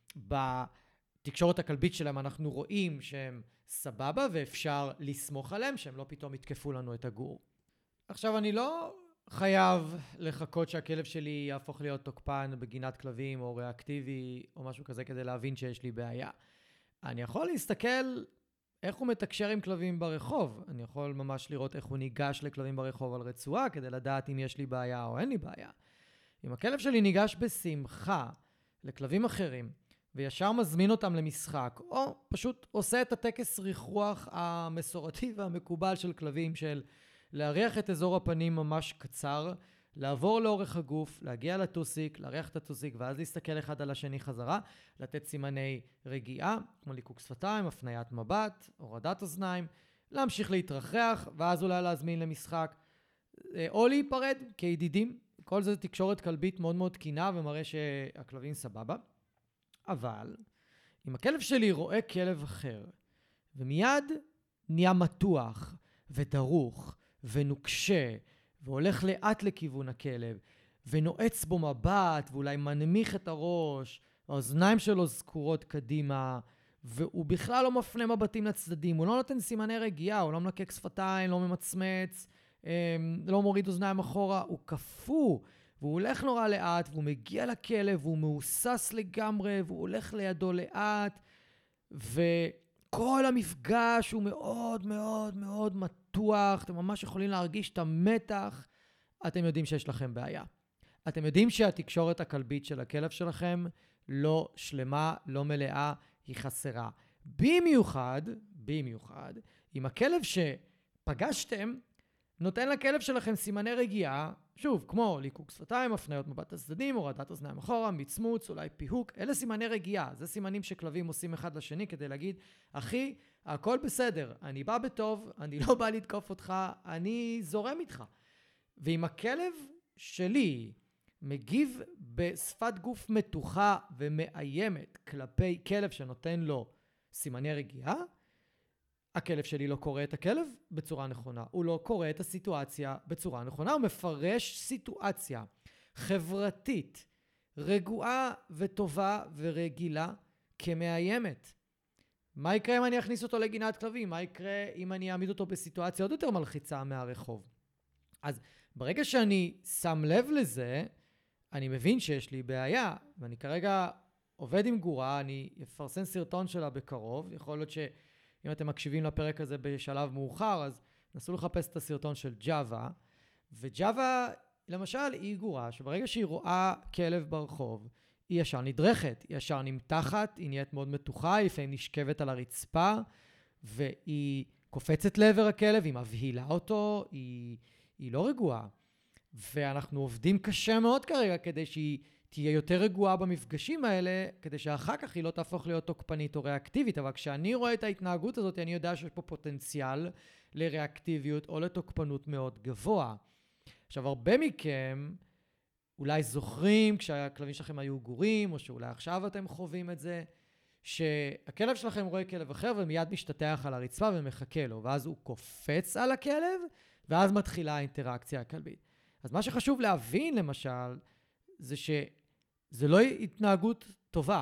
שבתקשורת הכלבית שלהם אנחנו רואים שהם סבבה, ואפשר לסמוך עליהם, שהם לא פתאום יתקפו לנו את הגור. עכשיו, אני לא חייב לחכות שהכלב שלי יהפוך להיות תוקפן בגינת כלבים או ריאקטיבי או משהו כזה כדי להבין שיש לי בעיה. אני יכול להסתכל איך הוא מתקשר עם כלבים ברחוב. אני יכול ממש לראות איך הוא ניגש לכלבים ברחוב על רצועה כדי לדעת אם יש לי בעיה או אין לי בעיה. אם הכלב שלי ניגש בשמחה לכלבים אחרים וישר מזמין אותם למשחק, או פשוט עושה את הטקס ריחוח המסורתי והמקובל של כלבים של להריח את אזור הפנים ממש קצר, לעבור לאורך הגוף, להגיע לטוסיק, להריח את הטוסיק, ואז להסתכל אחד על השני חזרה, לתת סימני רגיעה, כמו ליקוק שפתיים, הפניית מבט, הורדת אוזניים, להמשיך להתרחח, ואז אולי להזמין למשחק, או להיפרד כידידים. כל זה תקשורת כלבית מאוד מאוד תקינה, ומראה שהכלבים סבבה. אבל, אם הכלב שלי רואה כלב אחר, ומיד נהיה מתוח ודרוך, ונוקשה, והולך לאט לכיוון הכלב, ונועץ בו מבט, ואולי מנמיך את הראש, האוזניים שלו זקורות קדימה, והוא בכלל לא מפנה מבטים לצדדים, הוא לא נותן סימני רגיעה, הוא לא מנקק שפתיים, לא ממצמץ, לא מוריד אוזניים אחורה, הוא כפו, והוא הולך נורא לאט, והוא מגיע לכלב, והוא מאוסס לגמרי, והוא הולך לידו לאט, וכל המפגש הוא מאוד מאוד מאוד מתוח, אתם ממש יכולים להרגיש את המתח, אתם יודעים שיש לכם בעיה. אתם יודעים שהתקשורת הכלבית של הכלב שלכם לא שלמה, לא מלאה, היא חסרה. במיוחד, במיוחד, אם הכלב שפגשתם נותן לכלב שלכם סימני רגיעה שוב, כמו ליקוק שפתיים, הפניות מבט הצדדים, הורדת אוזניים אחורה, מצמוץ, אולי פיהוק, אלה סימני רגיעה. זה סימנים שכלבים עושים אחד לשני כדי להגיד, אחי, הכל בסדר, אני בא בטוב, אני לא בא לתקוף אותך, אני זורם איתך. ואם הכלב שלי מגיב בשפת גוף מתוחה ומאיימת כלפי כלב שנותן לו סימני רגיעה, הכלב שלי לא קורא את הכלב בצורה נכונה. הוא לא קורא את הסיטואציה בצורה נכונה, הוא מפרש סיטואציה חברתית, רגועה וטובה ורגילה כמאיימת. מה יקרה אם אני אכניס אותו לגינת כלבים? מה יקרה אם אני אעמיד אותו בסיטואציה עוד יותר מלחיצה מהרחוב? אז ברגע שאני שם לב לזה, אני מבין שיש לי בעיה, ואני כרגע עובד עם גורה, אני אפרסם סרטון שלה בקרוב, יכול להיות שאם אתם מקשיבים לפרק הזה בשלב מאוחר, אז נסו לחפש את הסרטון של ג'אווה, וג'אווה למשל היא גורה, שברגע שהיא רואה כלב ברחוב, היא ישר נדרכת, היא ישר נמתחת, היא נהיית מאוד מתוחה, היא לפעמים נשכבת על הרצפה, והיא קופצת לעבר הכלב, היא מבהילה אותו, היא, היא לא רגועה. ואנחנו עובדים קשה מאוד כרגע כדי שהיא תהיה יותר רגועה במפגשים האלה, כדי שאחר כך היא לא תהפוך להיות תוקפנית או ריאקטיבית. אבל כשאני רואה את ההתנהגות הזאת, אני יודע שיש פה פוטנציאל לריאקטיביות או לתוקפנות מאוד גבוה. עכשיו, הרבה מכם אולי זוכרים כשהכלבים שלכם היו גורים, או שאולי עכשיו אתם חווים את זה, שהכלב שלכם רואה כלב אחר ומיד משתטח על הרצפה ומחכה לו, ואז הוא קופץ על הכלב, ואז מתחילה האינטראקציה הכלבית. אז מה שחשוב להבין, למשל, זה שזה לא התנהגות טובה.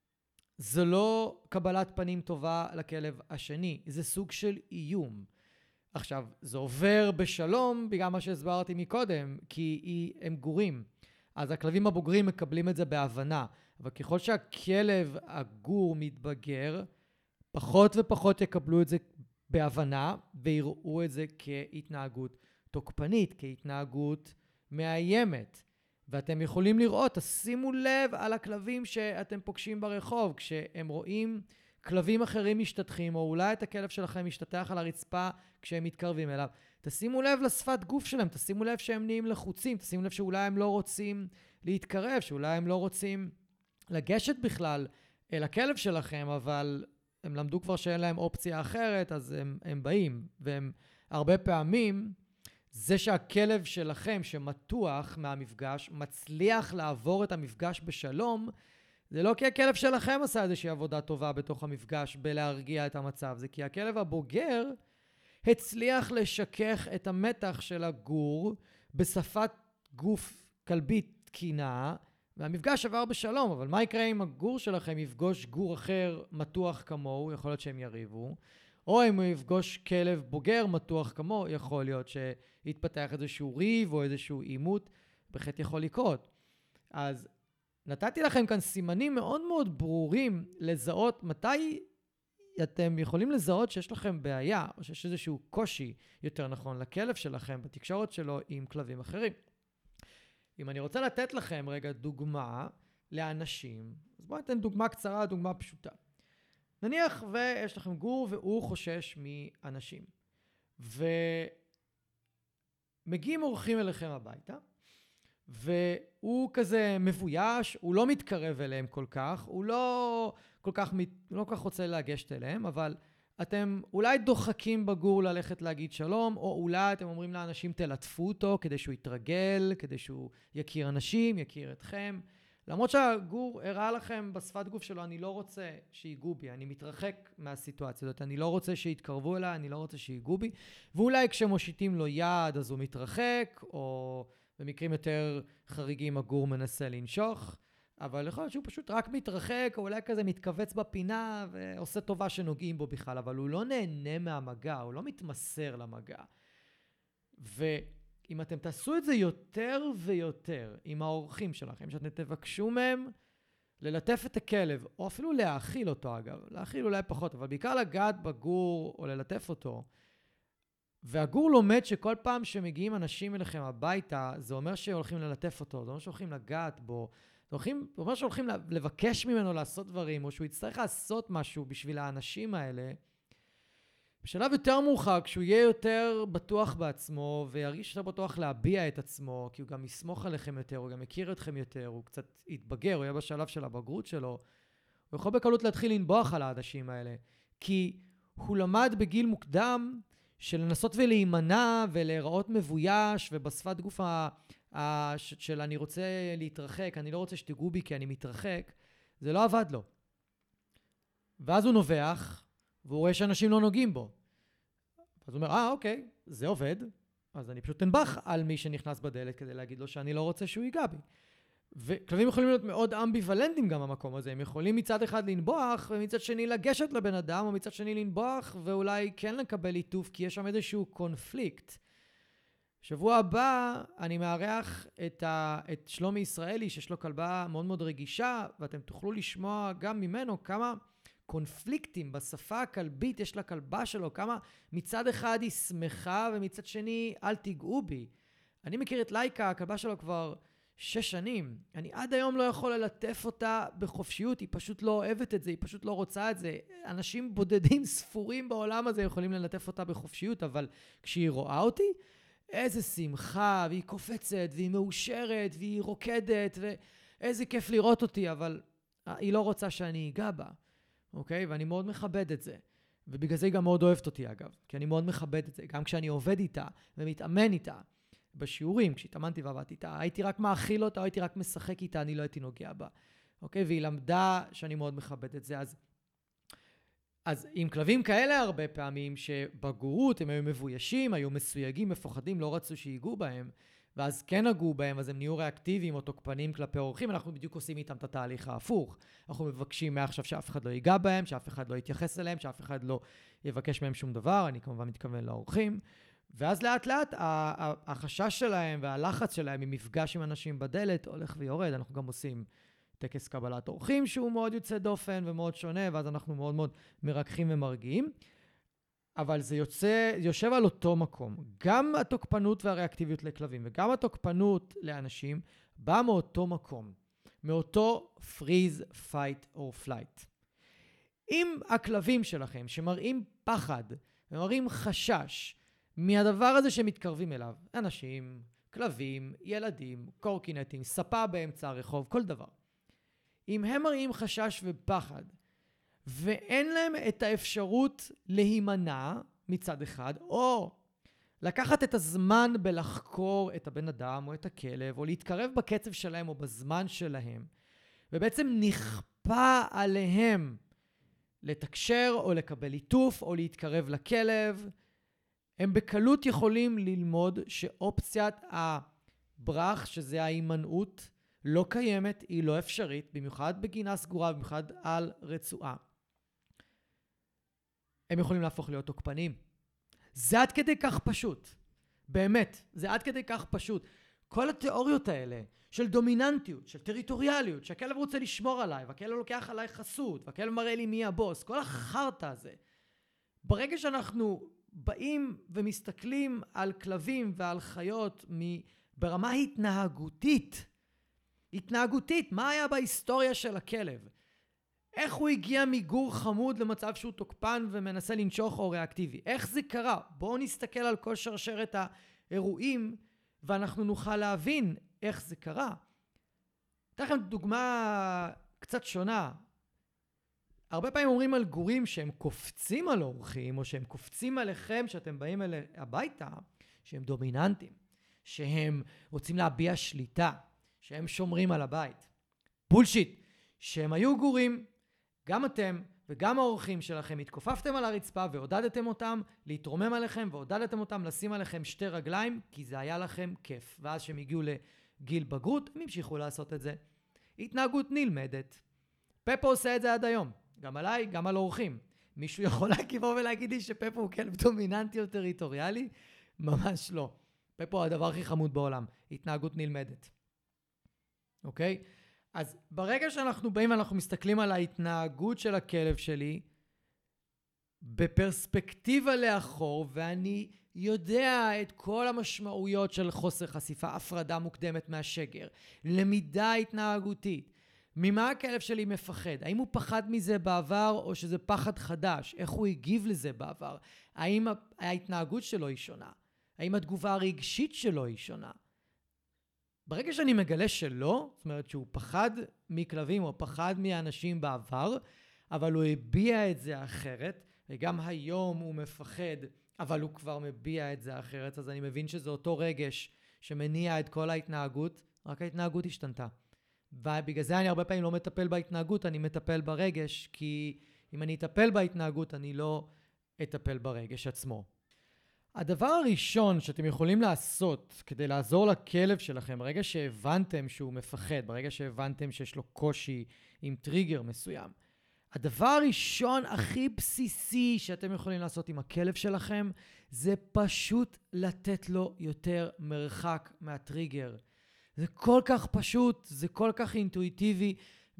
זה לא קבלת פנים טובה לכלב השני. זה סוג של איום. עכשיו, זה עובר בשלום בגלל מה שהסברתי מקודם, כי הם גורים. אז הכלבים הבוגרים מקבלים את זה בהבנה. אבל ככל שהכלב הגור מתבגר, פחות ופחות יקבלו את זה בהבנה, ויראו את זה כהתנהגות תוקפנית, כהתנהגות מאיימת. ואתם יכולים לראות, תשימו לב על הכלבים שאתם פוגשים ברחוב, כשהם רואים כלבים אחרים משתתחים, או אולי את הכלב שלכם משתתח על הרצפה כשהם מתקרבים אליו. תשימו לב לשפת גוף שלהם, תשימו לב שהם נהיים לחוצים, תשימו לב שאולי הם לא רוצים להתקרב, שאולי הם לא רוצים לגשת בכלל אל הכלב שלכם, אבל הם למדו כבר שאין להם אופציה אחרת, אז הם, הם באים. והם הרבה פעמים, זה שהכלב שלכם שמתוח מהמפגש, מצליח לעבור את המפגש בשלום, זה לא כי הכלב שלכם עשה איזושהי עבודה טובה בתוך המפגש בלהרגיע את המצב, זה כי הכלב הבוגר הצליח לשכך את המתח של הגור בשפת גוף כלבית תקינה, והמפגש עבר בשלום. אבל מה יקרה אם הגור שלכם יפגוש גור אחר מתוח כמוהו? יכול להיות שהם יריבו. או אם הוא יפגוש כלב בוגר מתוח כמוהו, יכול להיות שיתפתח איזשהו ריב או איזשהו עימות, בהחלט יכול לקרות. אז נתתי לכם כאן סימנים מאוד מאוד ברורים לזהות מתי אתם יכולים לזהות שיש לכם בעיה, או שיש איזשהו קושי יותר נכון לכלב שלכם בתקשורת שלו עם כלבים אחרים. אם אני רוצה לתת לכם רגע דוגמה לאנשים, אז בואו ניתן דוגמה קצרה, דוגמה פשוטה. נניח ויש לכם גור והוא חושש מאנשים. ומגיעים אורחים אליכם הביתה, והוא כזה מבויש, הוא לא מתקרב אליהם כל כך, הוא לא כל כך, לא כל כך רוצה לגשת אליהם, אבל אתם אולי דוחקים בגור ללכת להגיד שלום, או אולי אתם אומרים לאנשים תלטפו אותו כדי שהוא יתרגל, כדי שהוא יכיר אנשים, יכיר אתכם. למרות שהגור הראה לכם בשפת גוף שלו, אני לא רוצה שיגעו בי, אני מתרחק מהסיטואציה הזאת, אני לא רוצה שיתקרבו אליי, אני לא רוצה שיגעו בי, ואולי כשמושיטים לו יד אז הוא מתרחק, או במקרים יותר חריגים הגור מנסה לנשוך, אבל יכול להיות שהוא פשוט רק מתרחק, או אולי כזה מתכווץ בפינה ועושה טובה שנוגעים בו בכלל, אבל הוא לא נהנה מהמגע, הוא לא מתמסר למגע. ואם אתם תעשו את זה יותר ויותר עם האורחים שלכם, שאתם תבקשו מהם ללטף את הכלב, או אפילו להאכיל אותו אגב, להאכיל אולי פחות, אבל בעיקר לגעת בגור או ללטף אותו, והגור לומד שכל פעם שמגיעים אנשים אליכם הביתה, זה אומר שהולכים ללטף אותו, זה אומר שהולכים לגעת בו, זה אומר שהולכים לבקש ממנו לעשות דברים, או שהוא יצטרך לעשות משהו בשביל האנשים האלה. בשלב יותר מאוחר, כשהוא יהיה יותר בטוח בעצמו, וירגיש יותר בטוח להביע את עצמו, כי הוא גם יסמוך עליכם יותר, הוא גם מכיר אתכם יותר, הוא קצת יתבגר, הוא יהיה בשלב של הבגרות שלו, הוא יכול בקלות להתחיל לנבוח על האנשים האלה, כי הוא למד בגיל מוקדם של לנסות ולהימנע ולהיראות מבויש, ובשפת גוף ה... ה... של אני רוצה להתרחק, אני לא רוצה שתיגעו בי כי אני מתרחק, זה לא עבד לו. ואז הוא נובח, והוא רואה שאנשים לא נוגעים בו. אז הוא אומר, אה, אוקיי, זה עובד, אז אני פשוט אנבח על מי שנכנס בדלת כדי להגיד לו שאני לא רוצה שהוא ייגע בי. וכלבים יכולים להיות מאוד אמביוולנטיים גם במקום הזה. הם יכולים מצד אחד לנבוח, ומצד שני לגשת לבן אדם, או מצד שני לנבוח, ואולי כן לקבל עיטוף, כי יש שם איזשהו קונפליקט. שבוע הבא אני מארח את, ה... את שלומי ישראלי, שיש לו כלבה מאוד מאוד רגישה, ואתם תוכלו לשמוע גם ממנו כמה קונפליקטים בשפה הכלבית יש לכלבה שלו, כמה מצד אחד היא שמחה, ומצד שני אל תיגעו בי. אני מכיר את לייקה, הכלבה שלו כבר שש שנים. אני עד היום לא יכול ללטף אותה בחופשיות, היא פשוט לא אוהבת את זה, היא פשוט לא רוצה את זה. אנשים בודדים ספורים בעולם הזה יכולים ללטף אותה בחופשיות, אבל כשהיא רואה אותי, איזה שמחה, והיא קופצת, והיא מאושרת, והיא רוקדת, ואיזה כיף לראות אותי, אבל היא לא רוצה שאני אגע בה. אוקיי? ואני מאוד מכבד את זה. ובגלל זה היא גם מאוד אוהבת אותי, אגב. כי אני מאוד מכבד את זה. גם כשאני עובד איתה ומתאמן איתה, בשיעורים, כשהתאמנתי ועבדתי איתה, הייתי רק מאכיל אותה, הייתי רק משחק איתה, אני לא הייתי נוגע בה. אוקיי? והיא למדה שאני מאוד מכבד את זה. אז, אז עם כלבים כאלה הרבה פעמים, שבגרות הם היו מבוישים, היו מסויגים, מפוחדים, לא רצו שיגעו בהם, ואז כן נגעו בהם, אז הם נהיו ריאקטיביים או תוקפנים כלפי אורחים, אנחנו בדיוק עושים איתם את התהליך ההפוך. אנחנו מבקשים מעכשיו שאף אחד לא ייגע בהם, שאף אחד לא יתייחס אליהם, שאף אחד לא יבקש מהם שום דבר, אני כמובן מתכוון לאורחים. ואז לאט לאט החשש שלהם והלחץ שלהם ממפגש עם אנשים בדלת הולך ויורד. אנחנו גם עושים טקס קבלת אורחים שהוא מאוד יוצא דופן ומאוד שונה, ואז אנחנו מאוד מאוד מרככים ומרגיעים. אבל זה יוצא, יושב על אותו מקום. גם התוקפנות והריאקטיביות לכלבים וגם התוקפנות לאנשים באה מאותו מקום. מאותו freeze, fight or flight. אם הכלבים שלכם שמראים פחד ומראים חשש מהדבר הזה שמתקרבים אליו, אנשים, כלבים, ילדים, קורקינטים, ספה באמצע הרחוב, כל דבר. אם הם מראים חשש ופחד, ואין להם את האפשרות להימנע מצד אחד, או לקחת את הזמן בלחקור את הבן אדם או את הכלב, או להתקרב בקצב שלהם או בזמן שלהם, ובעצם נכפה עליהם לתקשר או לקבל עיטוף או להתקרב לכלב, הם בקלות יכולים ללמוד שאופציית הברח, שזה ההימנעות, לא קיימת, היא לא אפשרית, במיוחד בגינה סגורה, במיוחד על רצועה. הם יכולים להפוך להיות תוקפנים. זה עד כדי כך פשוט. באמת, זה עד כדי כך פשוט. כל התיאוריות האלה של דומיננטיות, של טריטוריאליות, שהכלב רוצה לשמור עליי, והכלב לוקח עליי חסות, והכלב מראה לי מי הבוס, כל החרטא הזה. ברגע שאנחנו באים ומסתכלים על כלבים ועל חיות ברמה התנהגותית, התנהגותית, מה היה בהיסטוריה של הכלב? איך הוא הגיע מגור חמוד למצב שהוא תוקפן ומנסה לנשוך או ריאקטיבי? איך זה קרה? בואו נסתכל על כל שרשרת האירועים ואנחנו נוכל להבין איך זה קרה. אתן לכם דוגמה קצת שונה. הרבה פעמים אומרים על גורים שהם קופצים על אורחים, או שהם קופצים עליכם שאתם באים אל הביתה, שהם דומיננטים, שהם רוצים להביע שליטה, שהם שומרים על הבית. בולשיט, שהם היו גורים, גם אתם וגם האורחים שלכם התכופפתם על הרצפה ועודדתם אותם להתרומם עליכם, ועודדתם אותם לשים עליכם שתי רגליים, כי זה היה לכם כיף. ואז שהם הגיעו לגיל בגרות, הם המשיכו לעשות את זה. התנהגות נלמדת. פפו עושה את זה עד היום. גם עליי, גם על אורחים. מישהו יכול להגיבו ולהגיד לי שפפו הוא כלב דומיננטי או טריטוריאלי? ממש לא. פפו הוא הדבר הכי חמוד בעולם. התנהגות נלמדת. אוקיי? אז ברגע שאנחנו באים ואנחנו מסתכלים על ההתנהגות של הכלב שלי, בפרספקטיבה לאחור, ואני יודע את כל המשמעויות של חוסר חשיפה, הפרדה מוקדמת מהשגר, למידה התנהגותית, ממה הכלב שלי מפחד? האם הוא פחד מזה בעבר או שזה פחד חדש? איך הוא הגיב לזה בעבר? האם ההתנהגות שלו היא שונה? האם התגובה הרגשית שלו היא שונה? ברגע שאני מגלה שלא, זאת אומרת שהוא פחד מכלבים או פחד מאנשים בעבר, אבל הוא הביע את זה אחרת, וגם היום הוא מפחד, אבל הוא כבר מביע את זה אחרת, אז אני מבין שזה אותו רגש שמניע את כל ההתנהגות, רק ההתנהגות השתנתה. ובגלל זה אני הרבה פעמים לא מטפל בהתנהגות, אני מטפל ברגש, כי אם אני אטפל בהתנהגות, אני לא אטפל ברגש עצמו. הדבר הראשון שאתם יכולים לעשות כדי לעזור לכלב שלכם, ברגע שהבנתם שהוא מפחד, ברגע שהבנתם שיש לו קושי עם טריגר מסוים, הדבר הראשון הכי בסיסי שאתם יכולים לעשות עם הכלב שלכם, זה פשוט לתת לו יותר מרחק מהטריגר. זה כל כך פשוט, זה כל כך אינטואיטיבי,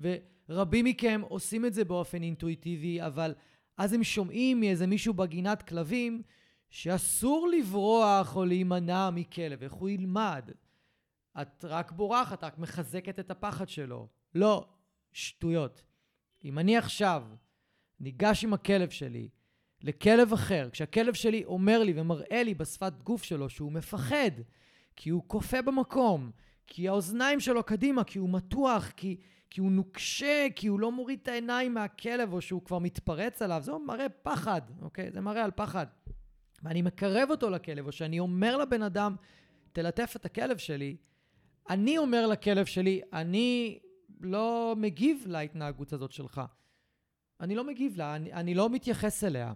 ורבים מכם עושים את זה באופן אינטואיטיבי, אבל אז הם שומעים מאיזה מישהו בגינת כלבים, שאסור לברוח או להימנע מכלב. איך הוא ילמד? את רק בורחת, רק מחזקת את הפחד שלו. לא, שטויות. אם אני עכשיו ניגש עם הכלב שלי לכלב אחר, כשהכלב שלי אומר לי ומראה לי בשפת גוף שלו שהוא מפחד, כי הוא קופא במקום, כי האוזניים שלו קדימה, כי הוא מתוח, כי, כי הוא נוקשה, כי הוא לא מוריד את העיניים מהכלב או שהוא כבר מתפרץ עליו, זה מראה פחד, אוקיי? זה מראה על פחד. ואני מקרב אותו לכלב, או שאני אומר לבן אדם, תלטף את הכלב שלי, אני אומר לכלב שלי, אני לא מגיב להתנהגות הזאת שלך. אני לא מגיב לה, אני, אני לא מתייחס אליה.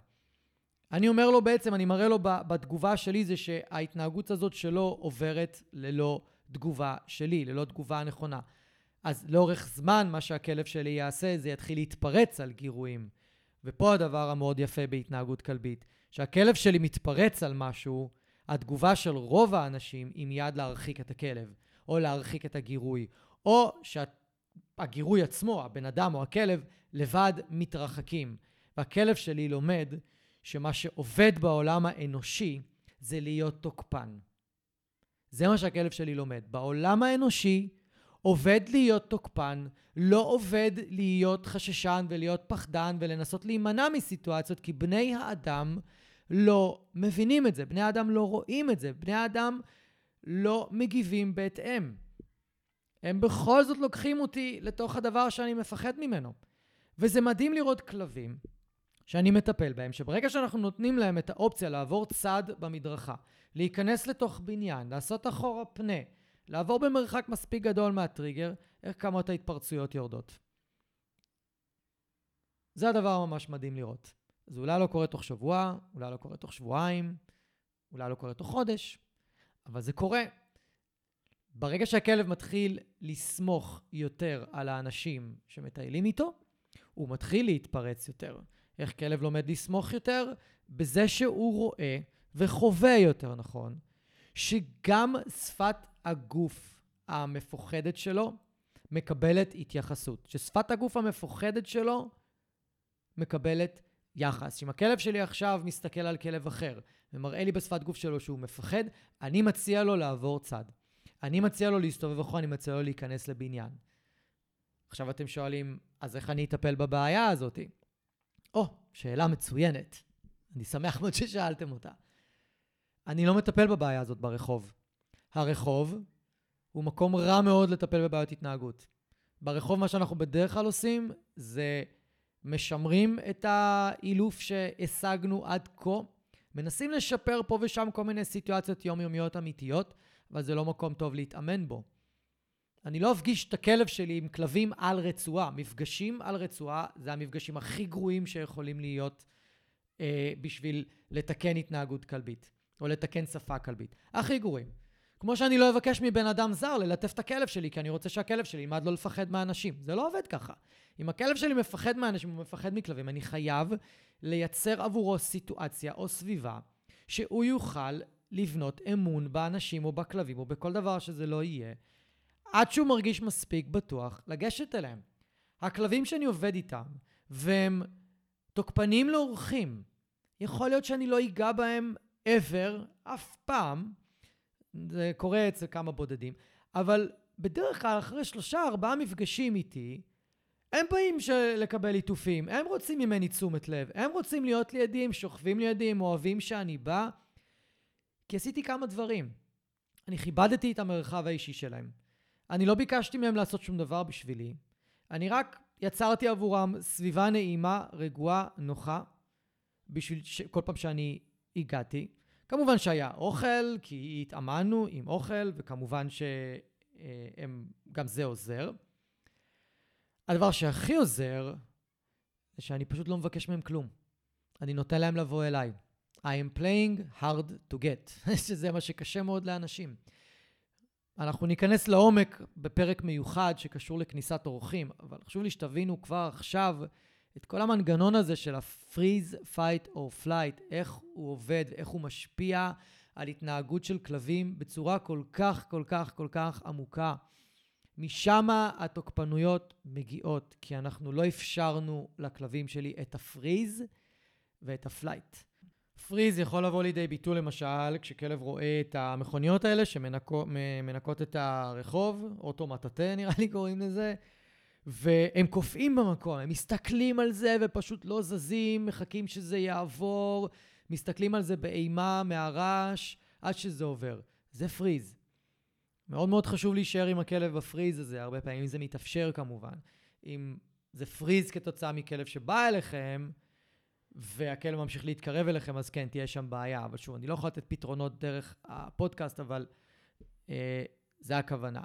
אני אומר לו בעצם, אני מראה לו בתגובה שלי, זה שההתנהגות הזאת שלו עוברת ללא תגובה שלי, ללא תגובה נכונה. אז לאורך זמן, מה שהכלב שלי יעשה, זה יתחיל להתפרץ על גירויים. ופה הדבר המאוד יפה בהתנהגות כלבית. שהכלב שלי מתפרץ על משהו, התגובה של רוב האנשים היא מיד להרחיק את הכלב, או להרחיק את הגירוי, או שהגירוי עצמו, הבן אדם או הכלב, לבד מתרחקים. והכלב שלי לומד שמה שעובד בעולם האנושי זה להיות תוקפן. זה מה שהכלב שלי לומד. בעולם האנושי עובד להיות תוקפן, לא עובד להיות חששן ולהיות פחדן ולנסות להימנע מסיטואציות, כי בני האדם לא מבינים את זה, בני האדם לא רואים את זה, בני האדם לא מגיבים בהתאם. הם בכל זאת לוקחים אותי לתוך הדבר שאני מפחד ממנו. וזה מדהים לראות כלבים שאני מטפל בהם, שברגע שאנחנו נותנים להם את האופציה לעבור צד במדרכה, להיכנס לתוך בניין, לעשות אחורה פנה, לעבור במרחק מספיק גדול מהטריגר, איך כמות ההתפרצויות יורדות. זה הדבר ממש מדהים לראות. זה אולי לא קורה תוך שבוע, אולי לא קורה תוך שבועיים, אולי לא קורה תוך חודש, אבל זה קורה. ברגע שהכלב מתחיל לסמוך יותר על האנשים שמטיילים איתו, הוא מתחיל להתפרץ יותר. איך כלב לומד לסמוך יותר? בזה שהוא רואה וחווה יותר נכון, שגם שפת הגוף המפוחדת שלו מקבלת התייחסות. ששפת הגוף המפוחדת שלו מקבלת יחס. שאם הכלב שלי עכשיו מסתכל על כלב אחר ומראה לי בשפת גוף שלו שהוא מפחד, אני מציע לו לעבור צד. אני מציע לו להסתובב אחורה, אני מציע לו להיכנס לבניין. עכשיו אתם שואלים, אז איך אני אטפל בבעיה הזאת? או, שאלה מצוינת. אני שמח מאוד ששאלתם אותה. אני לא מטפל בבעיה הזאת ברחוב. הרחוב הוא מקום רע מאוד לטפל בבעיות התנהגות. ברחוב מה שאנחנו בדרך כלל עושים זה משמרים את האילוף שהשגנו עד כה, מנסים לשפר פה ושם כל מיני סיטואציות יומיומיות אמיתיות, אבל זה לא מקום טוב להתאמן בו. אני לא אפגיש את הכלב שלי עם כלבים על רצועה. מפגשים על רצועה זה המפגשים הכי גרועים שיכולים להיות אה, בשביל לתקן התנהגות כלבית, או לתקן שפה כלבית. הכי גרועים. כמו שאני לא אבקש מבן אדם זר ללטף את הכלב שלי, כי אני רוצה שהכלב שלי ילמד לא לפחד מהאנשים. זה לא עובד ככה. אם הכלב שלי מפחד מהאנשים, הוא מפחד מכלבים, אני חייב לייצר עבורו סיטואציה או סביבה, שהוא יוכל לבנות אמון באנשים או בכלבים, או בכל דבר שזה לא יהיה, עד שהוא מרגיש מספיק בטוח לגשת אליהם. הכלבים שאני עובד איתם, והם תוקפנים לאורחים, יכול להיות שאני לא אגע בהם ever, אף פעם, זה קורה אצל כמה בודדים, אבל בדרך כלל אחרי שלושה, ארבעה מפגשים איתי, הם באים לקבל ליטופים, הם רוצים ממני תשומת לב, הם רוצים להיות לידי, הם שוכבים לידי, הם אוהבים שאני בא, כי עשיתי כמה דברים. אני כיבדתי את המרחב האישי שלהם. אני לא ביקשתי מהם לעשות שום דבר בשבילי. אני רק יצרתי עבורם סביבה נעימה, רגועה, נוחה, בשביל ש... כל פעם שאני הגעתי. כמובן שהיה אוכל, כי התאמנו עם אוכל, וכמובן שגם זה עוזר. הדבר שהכי עוזר, זה שאני פשוט לא מבקש מהם כלום. אני נותן להם לבוא אליי. I am playing hard to get, שזה מה שקשה מאוד לאנשים. אנחנו ניכנס לעומק בפרק מיוחד שקשור לכניסת אורחים, אבל חשוב לי שתבינו כבר עכשיו את כל המנגנון הזה של ה-freeze, fight or flight, איך הוא עובד, איך הוא משפיע על התנהגות של כלבים בצורה כל כך, כל כך, כל כך עמוקה. משם התוקפנויות מגיעות, כי אנחנו לא אפשרנו לכלבים שלי את הפריז ואת הפלייט. פריז יכול לבוא לידי ביטוי למשל, כשכלב רואה את המכוניות האלה שמנקות את הרחוב, אוטומטטה נראה לי קוראים לזה, והם קופאים במקום, הם מסתכלים על זה ופשוט לא זזים, מחכים שזה יעבור, מסתכלים על זה באימה מהרעש עד שזה עובר. זה פריז. מאוד מאוד חשוב להישאר עם הכלב בפריז הזה, הרבה פעמים זה מתאפשר כמובן. אם זה פריז כתוצאה מכלב שבא אליכם, והכלב ממשיך להתקרב אליכם, אז כן, תהיה שם בעיה. אבל שוב, אני לא יכול לתת פתרונות דרך הפודקאסט, אבל אה, זה הכוונה.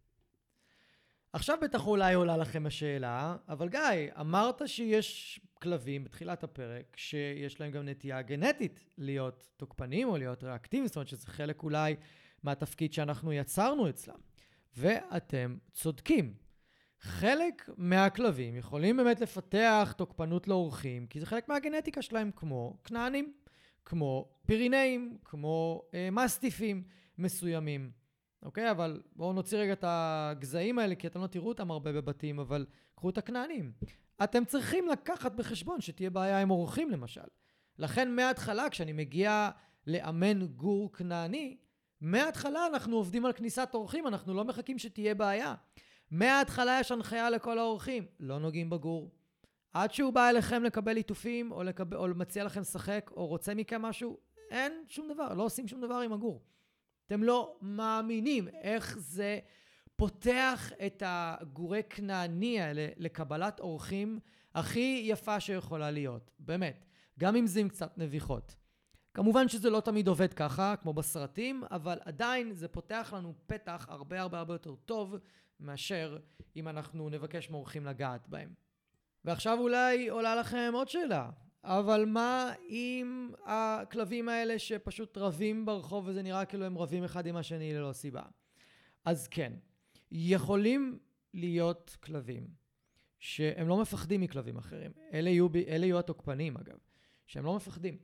עכשיו בטח אולי עולה לכם השאלה, אבל גיא, אמרת שיש כלבים בתחילת הפרק, שיש להם גם נטייה גנטית להיות תוקפנים או להיות ריאקטיביים, זאת אומרת שזה חלק אולי מהתפקיד שאנחנו יצרנו אצלם. ואתם צודקים. חלק מהכלבים יכולים באמת לפתח תוקפנות לאורחים, כי זה חלק מהגנטיקה שלהם, כמו כנענים, כמו פירינאים, כמו אה, מסטיפים מסוימים. אוקיי? אבל בואו נוציא רגע את הגזעים האלה, כי אתם לא תראו אותם הרבה בבתים, אבל קחו את הכנענים. אתם צריכים לקחת בחשבון שתהיה בעיה עם אורחים למשל. לכן מההתחלה, כשאני מגיע לאמן גור כנעני, מההתחלה אנחנו עובדים על כניסת אורחים, אנחנו לא מחכים שתהיה בעיה. מההתחלה יש הנחיה לכל האורחים, לא נוגעים בגור. עד שהוא בא אליכם לקבל ליטופים, או, לקבל, או מציע לכם לשחק, או רוצה מכם משהו, אין שום דבר, לא עושים שום דבר עם הגור. אתם לא מאמינים איך זה פותח את הגורי כנעני האלה לקבלת אורחים הכי יפה שיכולה להיות. באמת. גם אם זה עם קצת נביחות. כמובן שזה לא תמיד עובד ככה, כמו בסרטים, אבל עדיין זה פותח לנו פתח הרבה הרבה הרבה יותר טוב מאשר אם אנחנו נבקש מאורחים לגעת בהם. ועכשיו אולי עולה לכם עוד שאלה. אבל מה עם הכלבים האלה שפשוט רבים ברחוב וזה נראה כאילו הם רבים אחד עם השני ללא סיבה? אז כן, יכולים להיות כלבים שהם לא מפחדים מכלבים אחרים. אלה יהיו, אלה יהיו התוקפנים אגב, שהם לא מפחדים.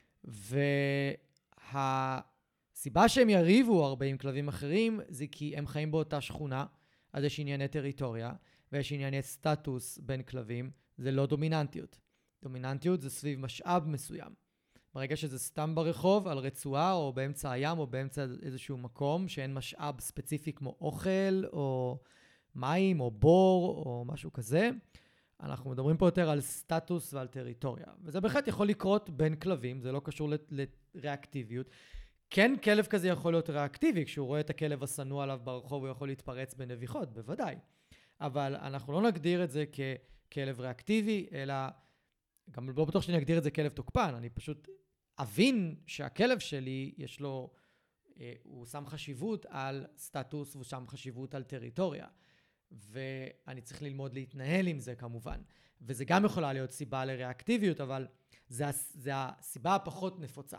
והסיבה שהם יריבו הרבה עם כלבים אחרים זה כי הם חיים באותה שכונה, אז יש ענייני טריטוריה ויש ענייני סטטוס בין כלבים, זה לא דומיננטיות. דומיננטיות זה סביב משאב מסוים. ברגע שזה סתם ברחוב, על רצועה, או באמצע הים, או באמצע איזשהו מקום, שאין משאב ספציפי כמו אוכל, או מים, או בור, או משהו כזה, אנחנו מדברים פה יותר על סטטוס ועל טריטוריה. וזה בהחלט יכול לקרות בין כלבים, זה לא קשור לריאקטיביות. כן, כלב כזה יכול להיות ריאקטיבי, כשהוא רואה את הכלב הסנוע עליו ברחוב, הוא יכול להתפרץ בנביחות, בוודאי. אבל אנחנו לא נגדיר את זה ככלב ריאקטיבי, אלא גם לא בטוח שאני אגדיר את זה כלב תוקפן, אני פשוט אבין שהכלב שלי יש לו, אה, הוא שם חשיבות על סטטוס, והוא שם חשיבות על טריטוריה. ואני צריך ללמוד להתנהל עם זה כמובן. וזה גם יכולה להיות סיבה לריאקטיביות, אבל זה, זה הסיבה הפחות נפוצה.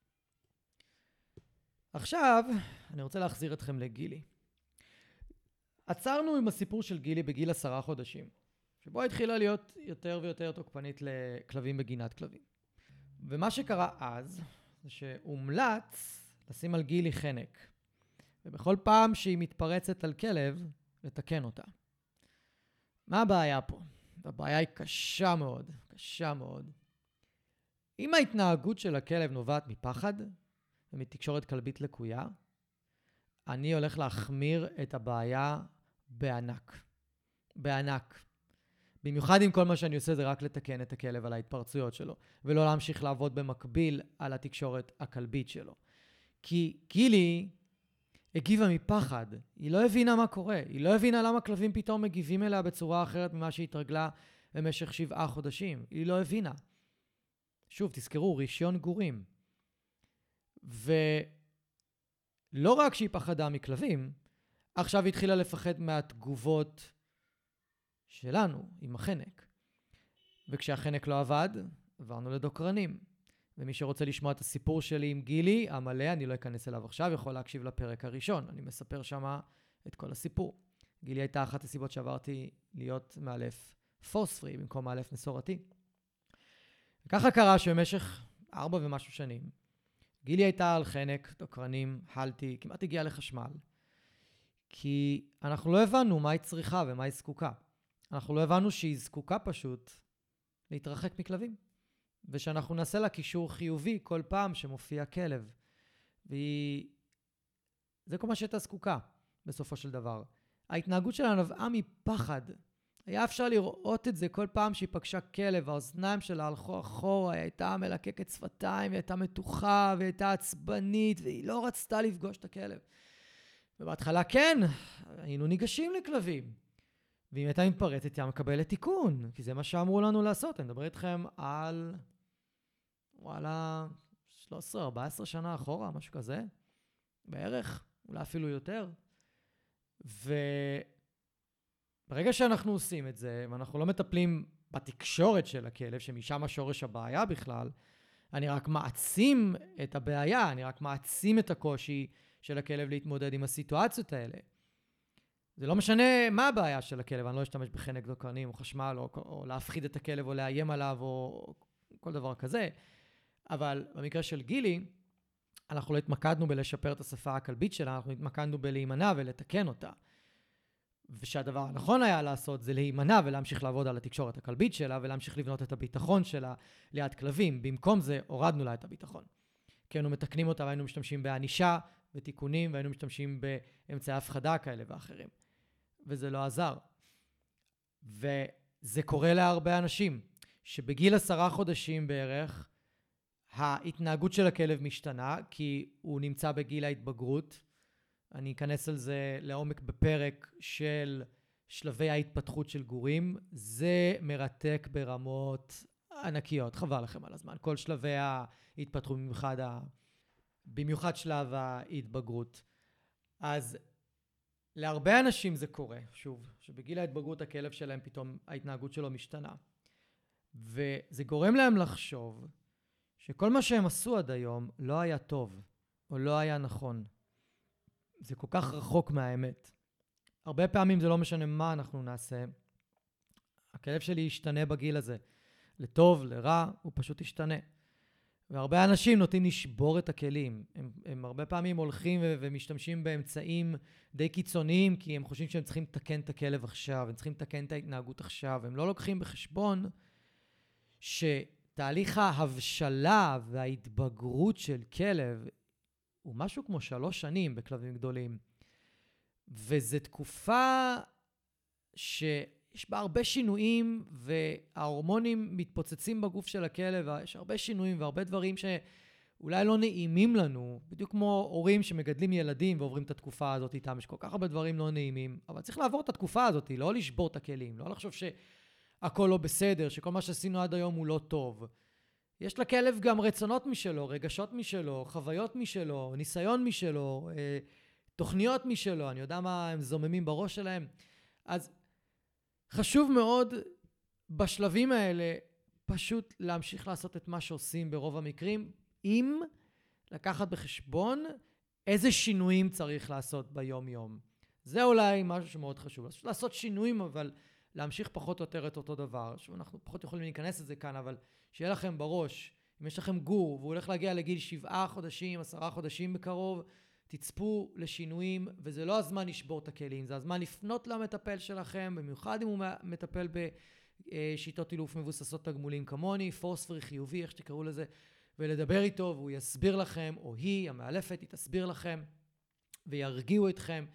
עכשיו, אני רוצה להחזיר אתכם לגילי. עצרנו עם הסיפור של גילי בגיל עשרה חודשים. שבו התחילה להיות יותר ויותר תוקפנית לכלבים בגינת כלבים. ומה שקרה אז, זה שהומלץ לשים על גילי חנק. ובכל פעם שהיא מתפרצת על כלב, לתקן אותה. מה הבעיה פה? הבעיה היא קשה מאוד, קשה מאוד. אם ההתנהגות של הכלב נובעת מפחד, ומתקשורת כלבית לקויה, אני הולך להחמיר את הבעיה בענק. בענק. במיוחד אם כל מה שאני עושה זה רק לתקן את הכלב על ההתפרצויות שלו, ולא להמשיך לעבוד במקביל על התקשורת הכלבית שלו. כי גילי הגיבה מפחד, היא לא הבינה מה קורה, היא לא הבינה למה כלבים פתאום מגיבים אליה בצורה אחרת ממה שהיא התרגלה במשך שבעה חודשים, היא לא הבינה. שוב, תזכרו, רישיון גורים. ולא רק שהיא פחדה מכלבים, עכשיו היא התחילה לפחד מהתגובות שלנו עם החנק. וכשהחנק לא עבד, עברנו לדוקרנים. ומי שרוצה לשמוע את הסיפור שלי עם גילי, המלא, אני לא אכנס אליו עכשיו, יכול להקשיב לפרק הראשון. אני מספר שמה את כל הסיפור. גילי הייתה אחת הסיבות שעברתי להיות מאלף פוספרי במקום מאלף מסורתי. וככה קרה שבמשך ארבע ומשהו שנים, גילי הייתה על חנק, דוקרנים, חלתי, כמעט הגיעה לחשמל. כי אנחנו לא הבנו מה היא צריכה ומה היא זקוקה. אנחנו לא הבנו שהיא זקוקה פשוט להתרחק מכלבים. ושאנחנו נעשה לה קישור חיובי כל פעם שמופיע כלב. והיא... זה כל מה שהייתה זקוקה בסופו של דבר. ההתנהגות שלה נבעה מפחד. היה אפשר לראות את זה כל פעם שהיא פגשה כלב, האוזניים שלה הלכו אחורה, היא הייתה מלקקת שפתיים, היא הייתה מתוחה, והיא הייתה עצבנית, והיא לא רצתה לפגוש את הכלב. ובהתחלה כן, היינו ניגשים לכלבים. ואם הייתה מתפרצת, הייתה מקבלת תיקון, כי זה מה שאמרו לנו לעשות. אני מדבר איתכם על, וואלה, שלוש עשרה ארבע עשרה שנה אחורה, משהו כזה, בערך, אולי אפילו יותר. וברגע שאנחנו עושים את זה, ואנחנו לא מטפלים בתקשורת של הכלב, שמשם השורש הבעיה בכלל, אני רק מעצים את הבעיה, אני רק מעצים את הקושי של הכלב להתמודד עם הסיטואציות האלה. זה לא משנה מה הבעיה של הכלב, אני לא אשתמש בחנק דוקרנים או חשמל, או, או להפחיד את הכלב, או לאיים עליו, או כל דבר כזה. אבל במקרה של גילי, אנחנו לא התמקדנו בלשפר את השפה הכלבית שלה, אנחנו התמקדנו בלהימנע ולתקן אותה. ושהדבר הנכון היה לעשות זה להימנע ולהמשיך לעבוד על התקשורת הכלבית שלה, ולהמשיך לבנות את הביטחון שלה ליד כלבים. במקום זה, הורדנו לה את הביטחון. כי היינו מתקנים אותה, והיינו משתמשים באנישה ותיקונים, והיינו משתמשים באמצעי הפחדה כאלה ואחרים. וזה לא עזר. וזה קורה להרבה אנשים, שבגיל עשרה חודשים בערך, ההתנהגות של הכלב משתנה, כי הוא נמצא בגיל ההתבגרות. אני אכנס על זה לעומק בפרק של שלבי ההתפתחות של גורים. זה מרתק ברמות ענקיות, חבל לכם על הזמן. כל שלבי ההתפתחות, במיוחד, ה... במיוחד שלב ההתבגרות. אז להרבה אנשים זה קורה, שוב, שבגיל ההתבגרות הכלב שלהם פתאום ההתנהגות שלו משתנה. וזה גורם להם לחשוב שכל מה שהם עשו עד היום לא היה טוב, או לא היה נכון. זה כל כך רחוק מהאמת. הרבה פעמים זה לא משנה מה אנחנו נעשה. הכלב שלי ישתנה בגיל הזה. לטוב, לרע, הוא פשוט ישתנה. והרבה אנשים נוטים לשבור את הכלים. הם, הם הרבה פעמים הולכים ו- ומשתמשים באמצעים די קיצוניים, כי הם חושבים שהם צריכים לתקן את הכלב עכשיו, הם צריכים לתקן את ההתנהגות עכשיו. הם לא לוקחים בחשבון שתהליך ההבשלה וההתבגרות של כלב הוא משהו כמו שלוש שנים בכלבים גדולים. וזו תקופה שיש בה הרבה שינויים, וההורמונים מתפוצצים בגוף של הכלב, ויש הרבה שינויים והרבה דברים שאולי לא נעימים לנו, בדיוק כמו הורים שמגדלים ילדים ועוברים את התקופה הזאת איתם, יש כל כך הרבה דברים לא נעימים, אבל צריך לעבור את התקופה הזאת, לא לשבור את הכלים, לא לחשוב שהכל לא בסדר, שכל מה שעשינו עד היום הוא לא טוב. יש לכלב גם רצונות משלו, רגשות משלו, חוויות משלו, ניסיון משלו, אה, תוכניות משלו, אני יודע מה הם זוממים בראש שלהם. אז חשוב מאוד בשלבים האלה פשוט להמשיך לעשות את מה שעושים ברוב המקרים, אם לקחת בחשבון איזה שינויים צריך לעשות ביום יום. זה אולי משהו שמאוד חשוב. לעשות שינויים, אבל להמשיך פחות או יותר את אותו דבר. שאנחנו פחות יכולים להיכנס לזה כאן, אבל שיהיה לכם בראש, אם יש לכם גור והוא הולך להגיע לגיל שבעה חודשים, עשרה חודשים בקרוב, תצפו לשינויים, וזה לא הזמן לשבור את הכלים, זה הזמן לפנות למטפל שלכם, במיוחד אם הוא מטפל בשיטות אילוף מבוססות תגמולים כמוני, פוספרי חיובי, איך שתקראו לזה, ולדבר איתו, והוא יסביר לכם, או היא, המאלפת, היא תסביר לכם, וירגיעו אתכם,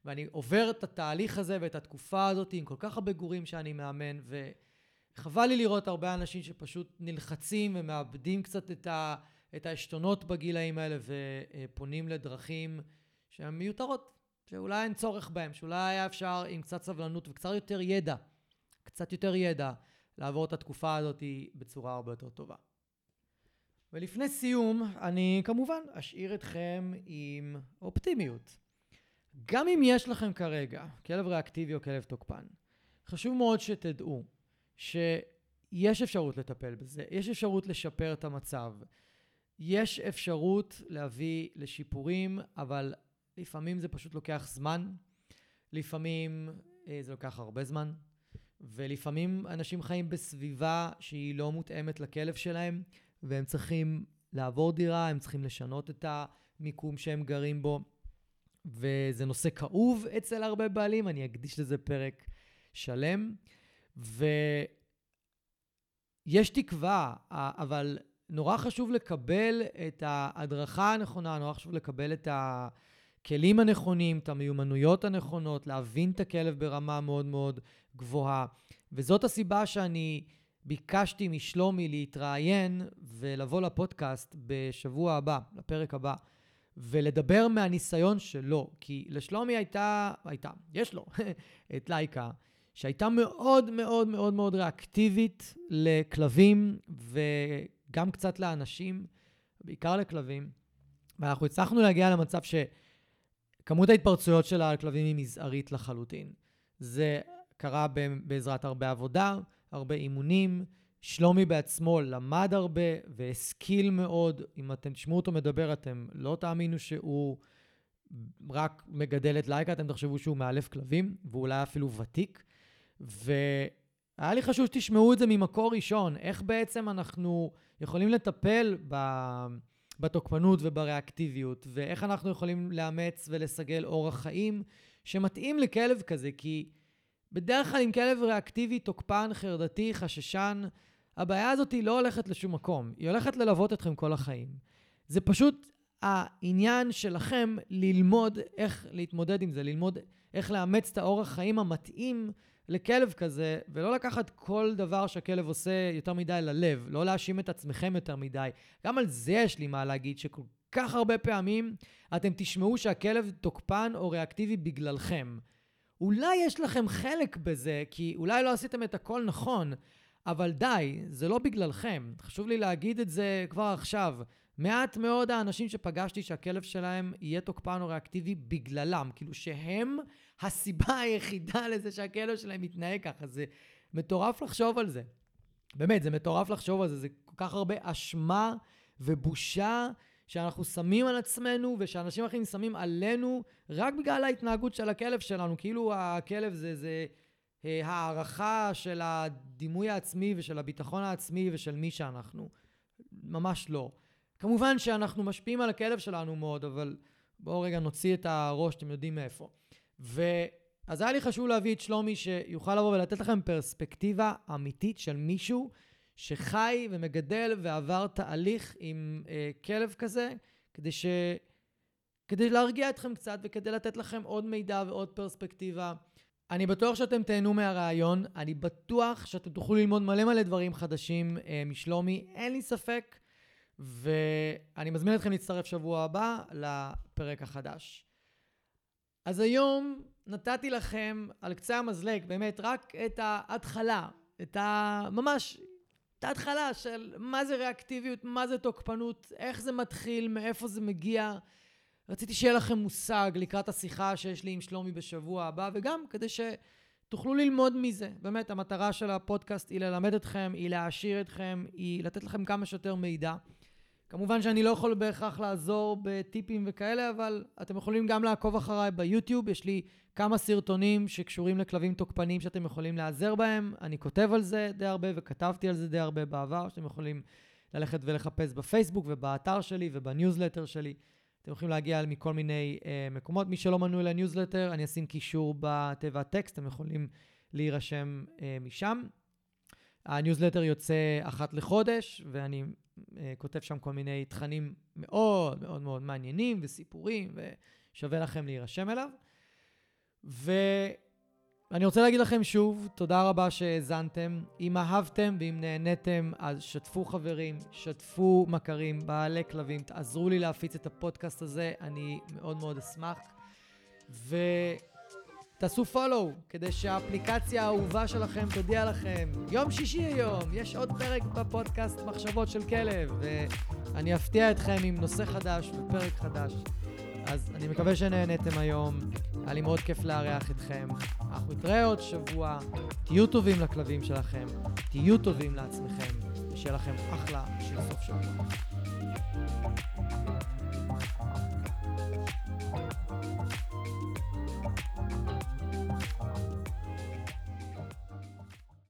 ואני עובר את התהליך הזה ואת התקופה הזאת עם כל כך הרבה גורים שאני מאמן, וחבל לי לראות הרבה אנשים שפשוט נלחצים ומאבדים קצת את, ה, את העשתונות בגילאים האלה, ופונים לדרכים שהן מיותרות, שאולי אין צורך בהם, שאולי היה אפשר עם קצת סבלנות וקצת יותר ידע, קצת יותר ידע, לעבור את התקופה הזאת בצורה הרבה יותר טובה. ולפני סיום, אני כמובן אשאיר אתכם עם אופטימיות. גם אם יש לכם כרגע כלב ריאקטיבי או כלב תוקפן, חשוב מאוד שתדעו שיש אפשרות לטפל בזה, יש אפשרות לשפר את המצב, יש אפשרות להביא לשיפורים, אבל לפעמים זה פשוט לוקח זמן, לפעמים זה לוקח הרבה זמן, ולפעמים אנשים חיים בסביבה שהיא לא מותאמת לכלב שלהם, והם צריכים לעבור דירה, הם צריכים לשנות את המיקום שהם גרים בו, וזה נושא כאוב אצל הרבה בעלים, אני אקדיש לזה פרק שלם, ויש תקווה, אבל נורא חשוב לקבל את ההדרכה הנכונה, נורא חשוב לקבל את הכלים הנכונים, את המיומנויות הנכונות, להבין את הכלב ברמה מאוד מאוד גבוהה, וזאת הסיבה שאני ביקשתי משלומי להתראיין ולבוא לפודקאסט בשבוע הבא, לפרק הבא, ולדבר מהניסיון שלו, כי לשלומי הייתה, הייתה, יש לו, את לייקה, שהייתה מאוד מאוד מאוד מאוד ריאקטיבית לכלבים, וגם קצת לאנשים, בעיקר לכלבים, ואנחנו הצלחנו להגיע למצב שכמות ההתפרצויות שלה על כלבים היא מזערית לחלוטין. זה קרה בעזרת הרבה עבודה, הרבה אימונים, שלומי בעצמו למד הרבה והשכיל מאוד. אם אתם תשמעו אותו מדבר, אתם לא תאמינו שהוא רק מגדל את לייקה, אתם תחשבו שהוא מאלף כלבים, ואולי אפילו ותיק. והיה לי חשוב שתשמעו את זה ממקור ראשון, איך בעצם אנחנו יכולים לטפל בתוקפנות ובריאקטיביות, ואיך אנחנו יכולים לאמץ ולסגל אורח חיים שמתאים לכלב כזה, כי בדרך כלל עם כלב ריאקטיבי, תוקפן, חרדתי, חששן, הבעיה הזאת היא לא הולכת לשום מקום. היא הולכת ללוות אתכם כל החיים. זה פשוט העניין שלכם ללמוד איך להתמודד עם זה, ללמוד איך לאמץ את האורח חיים המתאים לכלב כזה, ולא לקחת כל דבר שהכלב עושה יותר מדי ללב, לא להאשים את עצמכם יותר מדי. גם על זה יש לי מה להגיד, שכל כך הרבה פעמים אתם תשמעו שהכלב תוקפן או ריאקטיבי בגללכם. אולי יש לכם חלק בזה, כי אולי לא עשיתם את הכל נכון, אבל די, זה לא בגללכם. חשוב לי להגיד את זה כבר עכשיו. מעט מאוד האנשים שפגשתי שהכלב שלהם יהיה תוקפן או ריאקטיבי בגללם, כאילו שהם הסיבה היחידה לזה שהכלב שלהם מתנהג ככה. זה מטורף לחשוב על זה. באמת, זה מטורף לחשוב על זה. זה כל כך הרבה אשמה ובושה שאנחנו שמים על עצמנו, ושאנשים אחרים שמים עלינו, רק בגלל ההתנהגות של הכלב שלנו. כאילו הכלב זה, זה הערכה של הדימוי העצמי ושל הביטחון העצמי ושל מי שאנחנו. ממש לא. כמובן שאנחנו משפיעים על הכלב שלנו מאוד, אבל בואו רגע נוציא את הראש, אתם יודעים מאיפה. ואז היה לי חשוב להביא את שלומי שיוכל לבוא ולתת לכם פרספקטיבה אמיתית של מישהו שחי ומגדל ועבר תהליך עם אה, כלב כזה, כדי ש... כדי להרגיע אתכם קצת וכדי לתת לכם עוד מידע ועוד פרספקטיבה. אני בטוח שאתם תהנו מהרעיון, אני בטוח שאתם תוכלו ללמוד מלא מלא דברים חדשים אה, משלומי, אין לי ספק, ואני מזמין אתכם להצטרף שבוע הבא לפרק החדש. אז היום נתתי לכם על קצה המזלג, באמת רק את ההתחלה, את ה... ממש... את ההתחלה של מה זה ריאקטיביות, מה זה תוקפנות, איך זה מתחיל, מאיפה זה מגיע. רציתי שיהיה לכם מושג לקראת השיחה שיש לי עם שלומי בשבוע הבא, וגם כדי שתוכלו ללמוד מזה. באמת, המטרה של הפודקאסט היא ללמד אתכם, היא להעשיר אתכם, היא לתת לכם כמה שיותר מידע. כמובן שאני לא יכול בהכרח לעזור בטיפים וכאלה, אבל אתם יכולים גם לעקוב אחריי ביוטיוב. יש לי כמה סרטונים שקשורים לכלבים תוקפנים שאתם יכולים לעזר בהם. אני כותב על זה די הרבה וכתבתי על זה די הרבה בעבר, שאתם יכולים ללכת ולחפש בפייסבוק ובאתר שלי ובניוזלטר שלי. אתם יכולים להגיע מכל מיני אה, מקומות. מי שלא מנוי לניוזלטר, אני אשים קישור בתיבת הטקסט, אתם יכולים להירשם אה, משם. הניוזלטר יוצא אחת לחודש, ואני אה, כותב שם כל מיני תכנים מאוד מאוד מאוד מעניינים וסיפורים, ושווה לכם להירשם אליו. ואני רוצה להגיד לכם שוב, תודה רבה שהאזנתם. אם אהבתם ואם נהניתם, אז שתפו חברים, שתפו מכרים, בעלי כלבים, תעזרו לי להפיץ את הפודקאסט הזה, אני מאוד מאוד אשמח. ותעשו פולו, כדי שהאפליקציה האהובה שלכם תודיע לכם. יום שישי היום, יש עוד פרק בפודקאסט מחשבות של כלב, ואני אפתיע אתכם עם נושא חדש ופרק חדש. אז אני מקווה שנהניתם היום, היה לי מאוד כיף לארח אתכם. אנחנו נתראה עוד שבוע, תהיו טובים לכלבים שלכם, תהיו טובים לעצמכם, ושיהיה לכם אחלה של סוף שבוע.